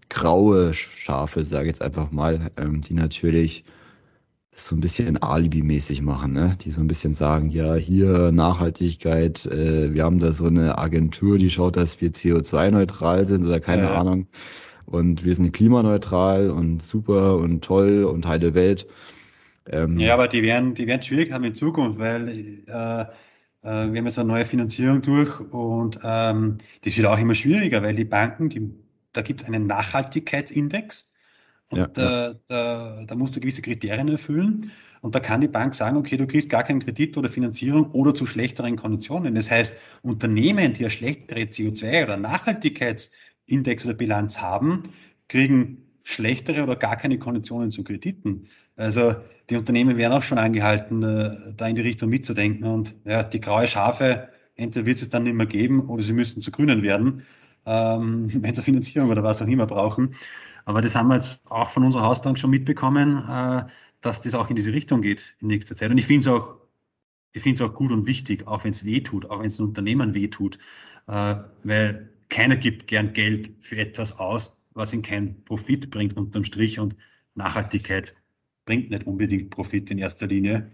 [SPEAKER 2] graue Schafe, sage ich jetzt einfach mal, ähm, die natürlich das so ein bisschen Alibi-mäßig machen, ne? Die so ein bisschen sagen, ja, hier Nachhaltigkeit, äh, wir haben da so eine Agentur, die schaut, dass wir C O zwei neutral sind oder keine
[SPEAKER 3] Ja.
[SPEAKER 2] Ahnung. Und wir sind klimaneutral und super und toll und heile Welt. Ähm,
[SPEAKER 3] Ja, aber die werden, die werden schwierig haben in Zukunft, weil äh, äh, wir haben jetzt eine neue Finanzierung durch und ähm, das wird auch immer schwieriger, weil die Banken, die, da gibt es einen Nachhaltigkeitsindex.
[SPEAKER 2] ja,
[SPEAKER 3] Und
[SPEAKER 2] ja,
[SPEAKER 3] äh, da, da musst du gewisse Kriterien erfüllen. Und da kann die Bank sagen, okay, du kriegst gar keinen Kredit oder Finanzierung oder zu schlechteren Konditionen. Das heißt, Unternehmen, die eine schlechtere C O zwei oder Nachhaltigkeitsindex oder Bilanz haben, kriegen schlechtere oder gar keine Konditionen zu Krediten. Also die Unternehmen werden auch schon angehalten, äh, da in die Richtung mitzudenken. Und ja, die graue Schafe, entweder wird es dann nicht mehr geben oder sie müssen zu Grünen werden, ähm, wenn sie Finanzierung oder was auch immer brauchen. Aber das haben wir jetzt auch von unserer Hausbank schon mitbekommen, äh, dass das auch in diese Richtung geht in nächster Zeit. Und ich finde es auch, ich finde es auch gut und wichtig, auch wenn es weh tut, auch wenn es ein Unternehmen weh tut, äh, weil keiner gibt gern Geld für etwas aus, was ihm keinen Profit bringt unterm Strich, und Nachhaltigkeit bringt nicht unbedingt Profit in erster Linie,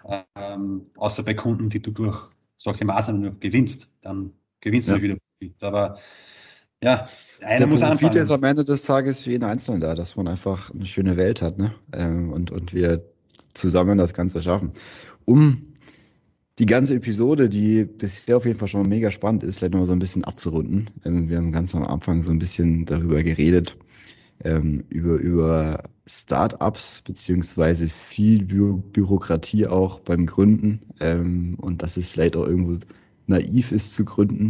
[SPEAKER 3] ähm, außer bei Kunden, die du durch solche Maßnahmen noch gewinnst, dann gewinnst du
[SPEAKER 2] ja.
[SPEAKER 3] wieder Profit. Aber ja, einer
[SPEAKER 2] Der
[SPEAKER 3] muss
[SPEAKER 2] Profit ist
[SPEAKER 3] anfangen.
[SPEAKER 2] am Ende des Tages für jeden Einzelnen da, dass man einfach eine schöne Welt hat, ne? Ähm, und, und wir zusammen das Ganze schaffen. Um die ganze Episode, die bisher auf jeden Fall schon mega spannend ist, vielleicht noch mal so ein bisschen abzurunden. Ähm, wir haben ganz am Anfang so ein bisschen darüber geredet, ähm, über, über Startups, beziehungsweise viel Bü Bürokratie auch beim Gründen, ähm, und dass es vielleicht auch irgendwo naiv ist zu gründen.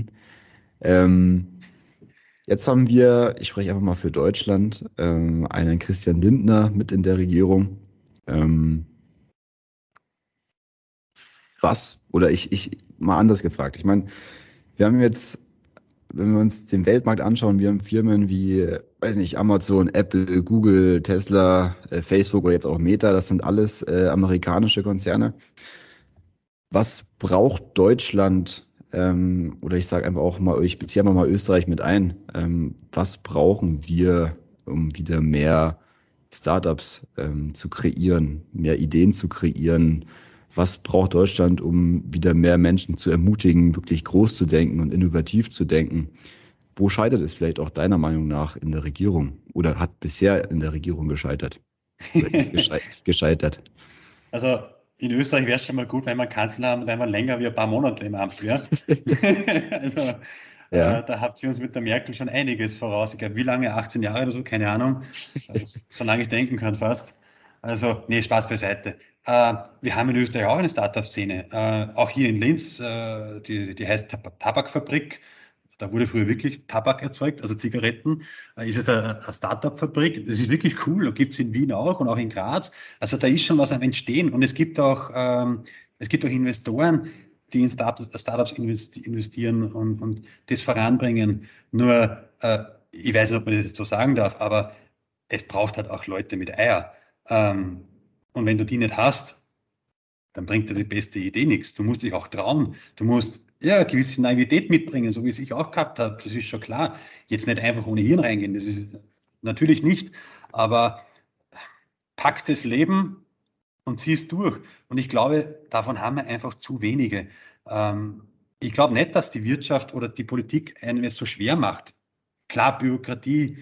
[SPEAKER 2] Ähm, Jetzt haben wir, ich spreche einfach mal für Deutschland, ähm, einen Christian Lindner mit in der Regierung. Ähm, was Oder ich, ich mal anders gefragt. Ich meine, wir haben jetzt, wenn wir uns den Weltmarkt anschauen, wir haben Firmen wie, äh, weiß nicht, Amazon, Apple, Google, Tesla, äh, Facebook oder jetzt auch Meta, das sind alles äh, amerikanische Konzerne. Was braucht Deutschland, ähm, oder ich sage einfach auch mal, ich beziehe einfach mal Österreich mit ein, ähm, was brauchen wir, um wieder mehr Startups ähm, zu kreieren, mehr Ideen zu kreieren? Was braucht Deutschland, um wieder mehr Menschen zu ermutigen, wirklich groß zu denken und innovativ zu denken? Wo scheitert es vielleicht auch deiner Meinung nach in der Regierung oder hat bisher in der Regierung gescheitert oder ist, gesche ist gescheitert?
[SPEAKER 3] Also in Österreich wäre es schon mal gut, wenn wir einen Kanzler haben, der mal länger wie ein paar Monate im Amt wäre. Also äh,
[SPEAKER 2] Ja,
[SPEAKER 3] da habt ihr uns mit der Merkel schon einiges voraus. Ich glaube, wie lange? achtzehn Jahre oder so? Keine Ahnung. Äh, So lange ich denken kann fast. Also, nee, Spaß beiseite. Äh, wir haben in Österreich auch eine Startup-Szene. Äh, auch hier in Linz, äh, die, die heißt Tab Tabakfabrik. Da wurde früher wirklich Tabak erzeugt, also Zigaretten. Äh, ist es eine, eine Startup-Fabrik? Das ist wirklich cool. Da gibt es in Wien auch und auch in Graz. Also da ist schon was am Entstehen. Und es gibt auch, ähm, es gibt auch Investoren, die in Start Startups investieren und, und das voranbringen. Nur, äh, ich weiß nicht, ob man das jetzt so sagen darf, aber es braucht halt auch Leute mit Eier. Ähm, und wenn du die nicht hast, dann bringt dir die beste Idee nichts. Du musst dich auch trauen. Du musst ja eine gewisse Naivität mitbringen, so wie es ich auch gehabt habe. Das ist schon klar. Jetzt nicht einfach ohne Hirn reingehen, das ist natürlich nicht. Aber pack das Leben und zieh es durch. Und ich glaube, davon haben wir einfach zu wenige. Ähm, ich glaube nicht, dass die Wirtschaft oder die Politik einem es so schwer macht. Klar, Bürokratie,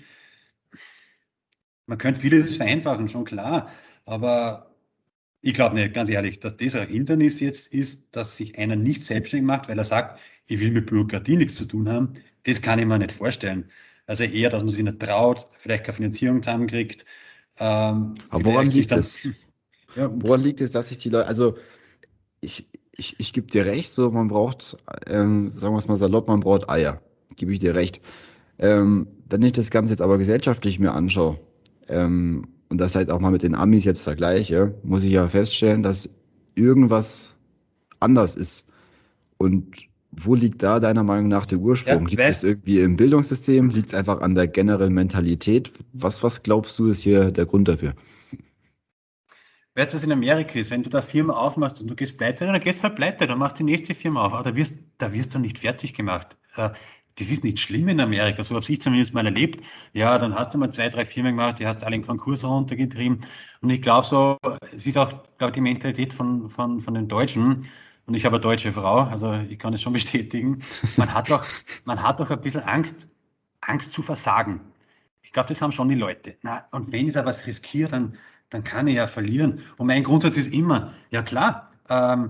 [SPEAKER 3] man könnte vieles vereinfachen, schon klar. Aber ich glaube nicht, ganz ehrlich, dass das ein Hindernis jetzt ist, dass sich einer nicht selbstständig macht, weil er sagt, ich will mit Bürokratie nichts zu tun haben. Das kann ich mir nicht vorstellen. Also eher, dass man sich nicht traut, vielleicht keine Finanzierung zusammenkriegt. Ähm,
[SPEAKER 2] aber woran
[SPEAKER 3] vielleicht sich
[SPEAKER 2] liegt
[SPEAKER 3] dann,
[SPEAKER 2] es?
[SPEAKER 3] ja,
[SPEAKER 2] Woran liegt es, dass sich die Leute, also ich, ich, ich gebe dir recht, so man braucht, ähm, sagen wir es mal salopp, man braucht Eier. Gebe ich dir recht. Ähm, wenn ich das Ganze jetzt aber gesellschaftlich mir anschaue, ähm, und das halt auch mal mit den Amis jetzt vergleiche, muss ich ja feststellen, dass irgendwas anders ist. Und wo liegt da deiner Meinung nach der Ursprung?
[SPEAKER 3] ja,
[SPEAKER 2] Liegt es
[SPEAKER 3] weißt,
[SPEAKER 2] irgendwie im Bildungssystem? Liegt es einfach an der generellen Mentalität? Was, was glaubst du, ist hier der Grund dafür?
[SPEAKER 3] weißt du, was in Amerika ist? Wenn du da Firma aufmachst und du gehst pleite, dann gehst du halt pleite, dann machst du die nächste Firma auf. Aber da wirst, da wirst du nicht fertig gemacht. Äh, Das ist nicht schlimm in Amerika, so habe ich zumindest mal erlebt. Ja, dann hast du mal zwei, drei Firmen gemacht, die hast alle in Konkurs runtergetrieben. Und ich glaube so, es ist auch, glaube die Mentalität von, von, von den Deutschen. Und ich habe eine deutsche Frau, also ich kann es schon bestätigen. Man hat auch, man hat auch ein bisschen Angst, Angst zu versagen. Ich glaube, das haben schon die Leute. Na, und wenn ich da was riskiere, dann, dann kann ich ja verlieren. Und mein Grundsatz ist immer, ja klar, ähm,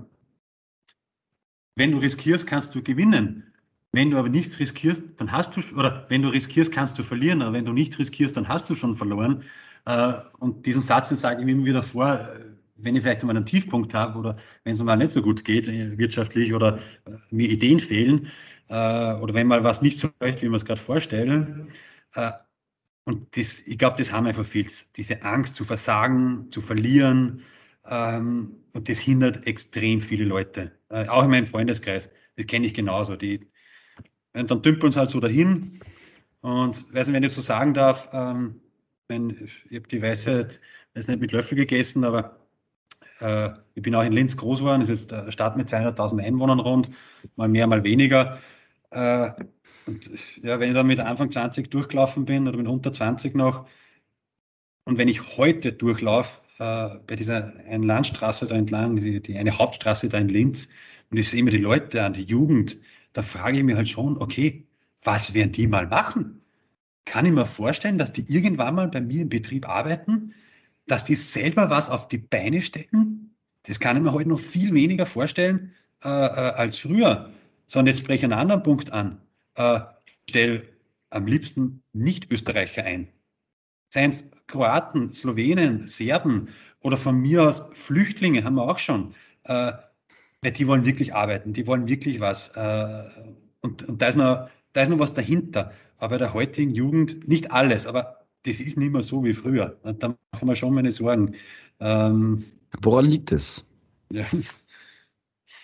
[SPEAKER 3] wenn du riskierst, kannst du gewinnen. Wenn du aber nichts riskierst, dann hast du, oder wenn du riskierst, kannst du verlieren, aber wenn du nicht riskierst, dann hast du schon verloren. Äh, und diesen Satz, den sage ich mir immer wieder vor, äh, wenn ich vielleicht einmal einen Tiefpunkt habe oder wenn es mal nicht so gut geht, äh, wirtschaftlich oder äh, mir Ideen fehlen, äh, oder wenn mal was nicht so läuft, wie man es gerade vorstellen. Äh, und das, ich glaube, das haben einfach viel, diese Angst zu versagen, zu verlieren. Ähm, und das hindert extrem viele Leute, äh, auch in meinem Freundeskreis. Das kenne ich genauso. Die, und dann dümpeln sie halt so dahin. Und weiß nicht, wenn ich so sagen darf, ähm, wenn, ich habe die Weisheit, weiß nicht, mit Löffel gegessen, aber äh, ich bin auch in Linz groß geworden. Das ist eine Stadt mit zweihunderttausend Einwohnern rund, mal mehr, mal weniger. Äh, und ja, wenn ich dann mit Anfang zwanzig durchgelaufen bin oder mit unter zwanzig noch, und wenn ich heute durchlaufe, äh, bei dieser einen Landstraße da entlang, die, die eine Hauptstraße da in Linz, und ich sehe mir die Leute an, die Jugend, da frage ich mich halt schon, okay, was werden die mal machen? Kann ich mir vorstellen, dass die irgendwann mal bei mir im Betrieb arbeiten, dass die selber was auf die Beine stellen? Das kann ich mir heute noch viel weniger vorstellen äh, äh, als früher. Sondern jetzt spreche ich einen anderen Punkt an. Äh, ich stelle am liebsten Nicht-Österreicher ein. Seien es Kroaten, Slowenen, Serben oder von mir aus Flüchtlinge haben wir auch schon. Äh, weil die wollen wirklich arbeiten, die wollen wirklich was. Äh, und und da, ist noch, da ist noch was dahinter. Aber bei der heutigen Jugend, nicht alles, aber das ist nicht mehr so wie früher. Und da mache ich mir schon meine Sorgen. Ähm,
[SPEAKER 2] Woran liegt es?
[SPEAKER 3] ja.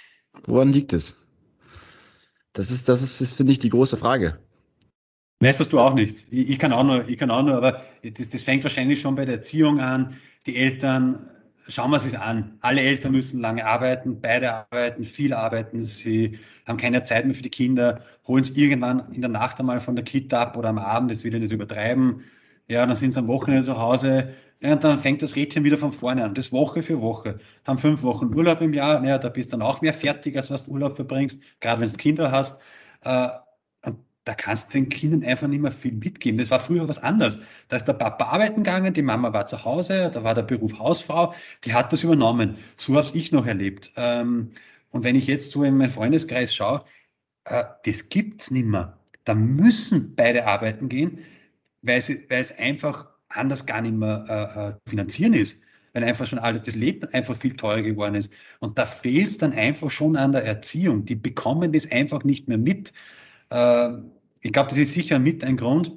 [SPEAKER 2] Woran liegt es? Das ist, das ist, das finde ich, die große Frage.
[SPEAKER 3] Weißt du auch nicht. Ich, ich kann auch nur, ich kann auch nur, aber das, das fängt wahrscheinlich schon bei der Erziehung an. Die Eltern, schauen wir es sich an. Alle Eltern müssen lange arbeiten, beide arbeiten, viel arbeiten. Sie haben keine Zeit mehr für die Kinder, holen es irgendwann in der Nacht einmal von der Kita ab oder am Abend, das will ich nicht übertreiben. Ja, dann sind sie am Wochenende zu Hause. Ja, und dann fängt das Rädchen wieder von vorne an. Das Woche für Woche. Haben fünf Wochen Urlaub im Jahr. Ja, da bist du dann auch mehr fertig, als was du Urlaub verbringst. Gerade wenn du Kinder hast. Äh, und da kannst du den Kindern einfach nicht mehr viel mitgeben. Das war früher was anderes. Da ist der Papa arbeiten gegangen, die Mama war zu Hause, da war der Beruf Hausfrau. Die hat das übernommen. So habe ich noch erlebt. Ähm, und wenn ich jetzt so in meinen Freundeskreis schaue, äh, das gibt's nicht mehr. Da müssen beide arbeiten gehen, weil es, weil es einfach anders gar nicht mehr äh, finanzieren ist, weil einfach schon alles, das Leben einfach viel teurer geworden ist. Und da fehlt es dann einfach schon an der Erziehung. Die bekommen das einfach nicht mehr mit. Äh, ich glaube, das ist sicher mit ein Grund.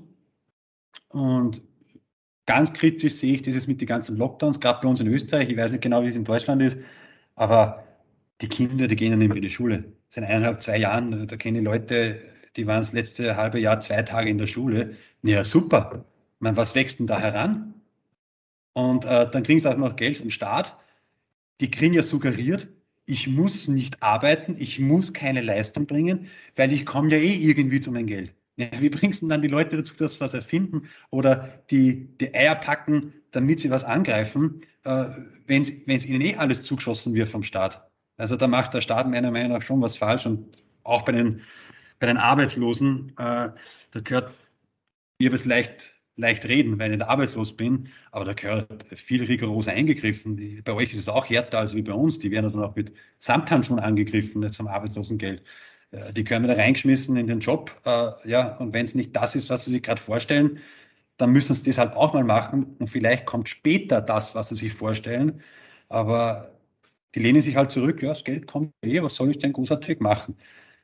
[SPEAKER 3] Und ganz kritisch sehe ich dieses mit den ganzen Lockdowns, gerade bei uns in Österreich. Ich weiß nicht genau, wie es in Deutschland ist, aber die Kinder, die gehen ja nicht mehr in die Schule. Seit eineinhalb, zwei Jahren, da kenne ich Leute, die waren das letzte halbe Jahr zwei Tage in der Schule. Ja, super. Ich meine, was wächst denn da heran? Und äh, dann kriegen sie auch noch Geld vom Staat. Die kriegen ja suggeriert, ich muss nicht arbeiten, ich muss keine Leistung bringen, weil ich komme ja eh irgendwie zu meinem Geld. Ja, wie bringst du denn dann die Leute dazu, dass sie was erfinden oder die, die Eier packen, damit sie was angreifen, äh, wenn es ihnen eh alles zugeschossen wird vom Staat? Also da macht der Staat meiner Meinung nach schon was falsch. Und auch bei den, bei den Arbeitslosen, äh, da gehört, ich habe es leicht leicht reden, weil ich nicht arbeitslos bin, aber da gehört viel rigoroser eingegriffen. Die, bei euch ist es auch härter als wie bei uns. Die werden dann auch mit Samthandschuhen angegriffen, nicht zum Arbeitslosengeld. Äh, die gehören wieder reingeschmissen in den Job. Äh, ja, und wenn es nicht das ist, was sie sich gerade vorstellen, dann müssen sie das halt auch mal machen. Und vielleicht kommt später das, was sie sich vorstellen. Aber die lehnen sich halt zurück. Ja, das Geld kommt eh, was soll ich denn großartig machen?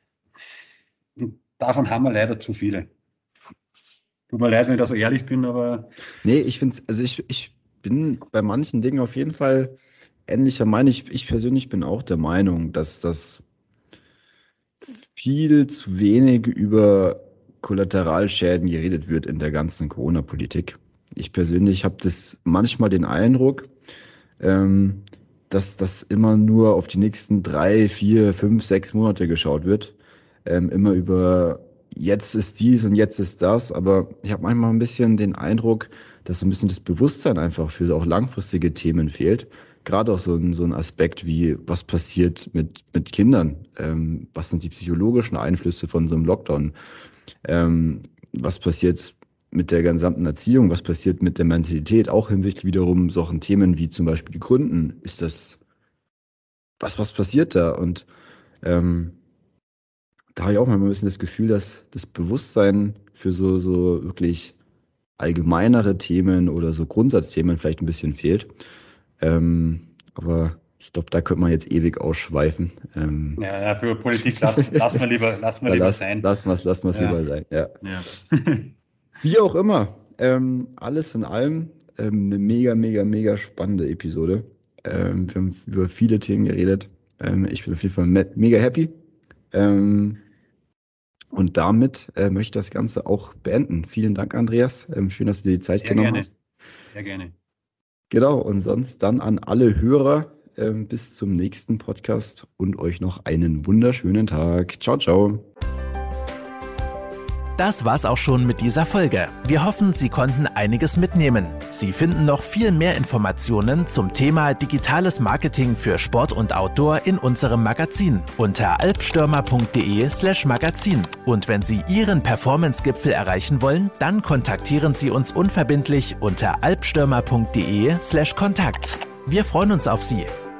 [SPEAKER 3] Und davon haben wir leider zu viele. Tut mir leid, wenn ich da so ehrlich bin, aber...
[SPEAKER 2] Nee, ich finde es, also ich, ich bin bei manchen Dingen auf jeden Fall ähnlicher Meinung. Ich, ich persönlich bin auch der Meinung, dass das viel zu wenig über Kollateralschäden geredet wird in der ganzen Corona-Politik. Ich persönlich habe das manchmal den Eindruck, ähm, dass das immer nur auf die nächsten drei, vier, fünf, sechs Monate geschaut wird. Ähm, immer über jetzt ist dies und jetzt ist das, aber ich habe manchmal ein bisschen den Eindruck, dass so ein bisschen das Bewusstsein einfach für auch langfristige Themen fehlt. Gerade auch so ein, so ein Aspekt wie, was passiert mit, mit Kindern? Ähm, was sind die psychologischen Einflüsse von so einem Lockdown? Ähm, was passiert mit der gesamten Erziehung? Was passiert mit der Mentalität? Auch hinsichtlich wiederum solchen Themen wie zum Beispiel die Gründen. Ist das, was, was passiert da? Und ähm, da habe ich auch mal ein bisschen das Gefühl, dass das Bewusstsein für so, so wirklich allgemeinere Themen oder so Grundsatzthemen vielleicht ein bisschen fehlt. Ähm, aber ich glaube, da könnte man jetzt ewig ausschweifen. Ähm,
[SPEAKER 3] ja, ja, für Politik lassen lass wir lieber, lass wir lieber
[SPEAKER 2] lass,
[SPEAKER 3] sein.
[SPEAKER 2] Lassen wir es lassen wir's
[SPEAKER 3] ja.
[SPEAKER 2] lieber sein, ja.
[SPEAKER 3] ja.
[SPEAKER 2] Wie auch immer, ähm, alles in allem ähm, eine mega, mega, mega spannende Episode. Ähm, wir haben über viele Themen geredet. Ähm, ich bin auf jeden Fall me- mega happy. Ähm, und damit äh, möchte ich das Ganze auch beenden. Vielen Dank, Andreas. Ähm, schön, dass du dir die Zeit
[SPEAKER 3] Sehr
[SPEAKER 2] genommen
[SPEAKER 3] gerne.
[SPEAKER 2] hast.
[SPEAKER 3] Sehr gerne.
[SPEAKER 2] Genau, und sonst dann an alle Hörer ähm, bis zum nächsten Podcast und euch noch einen wunderschönen Tag. Ciao, ciao.
[SPEAKER 1] Das war's auch schon mit dieser Folge. Wir hoffen, Sie konnten einiges mitnehmen. Sie finden noch viel mehr Informationen zum Thema digitales Marketing für Sport und Outdoor in unserem Magazin unter alpstürmer.de slash Magazin. Und wenn Sie Ihren Performance-Gipfel erreichen wollen, dann kontaktieren Sie uns unverbindlich unter alpstürmer.de slash Kontakt. Wir freuen uns auf Sie.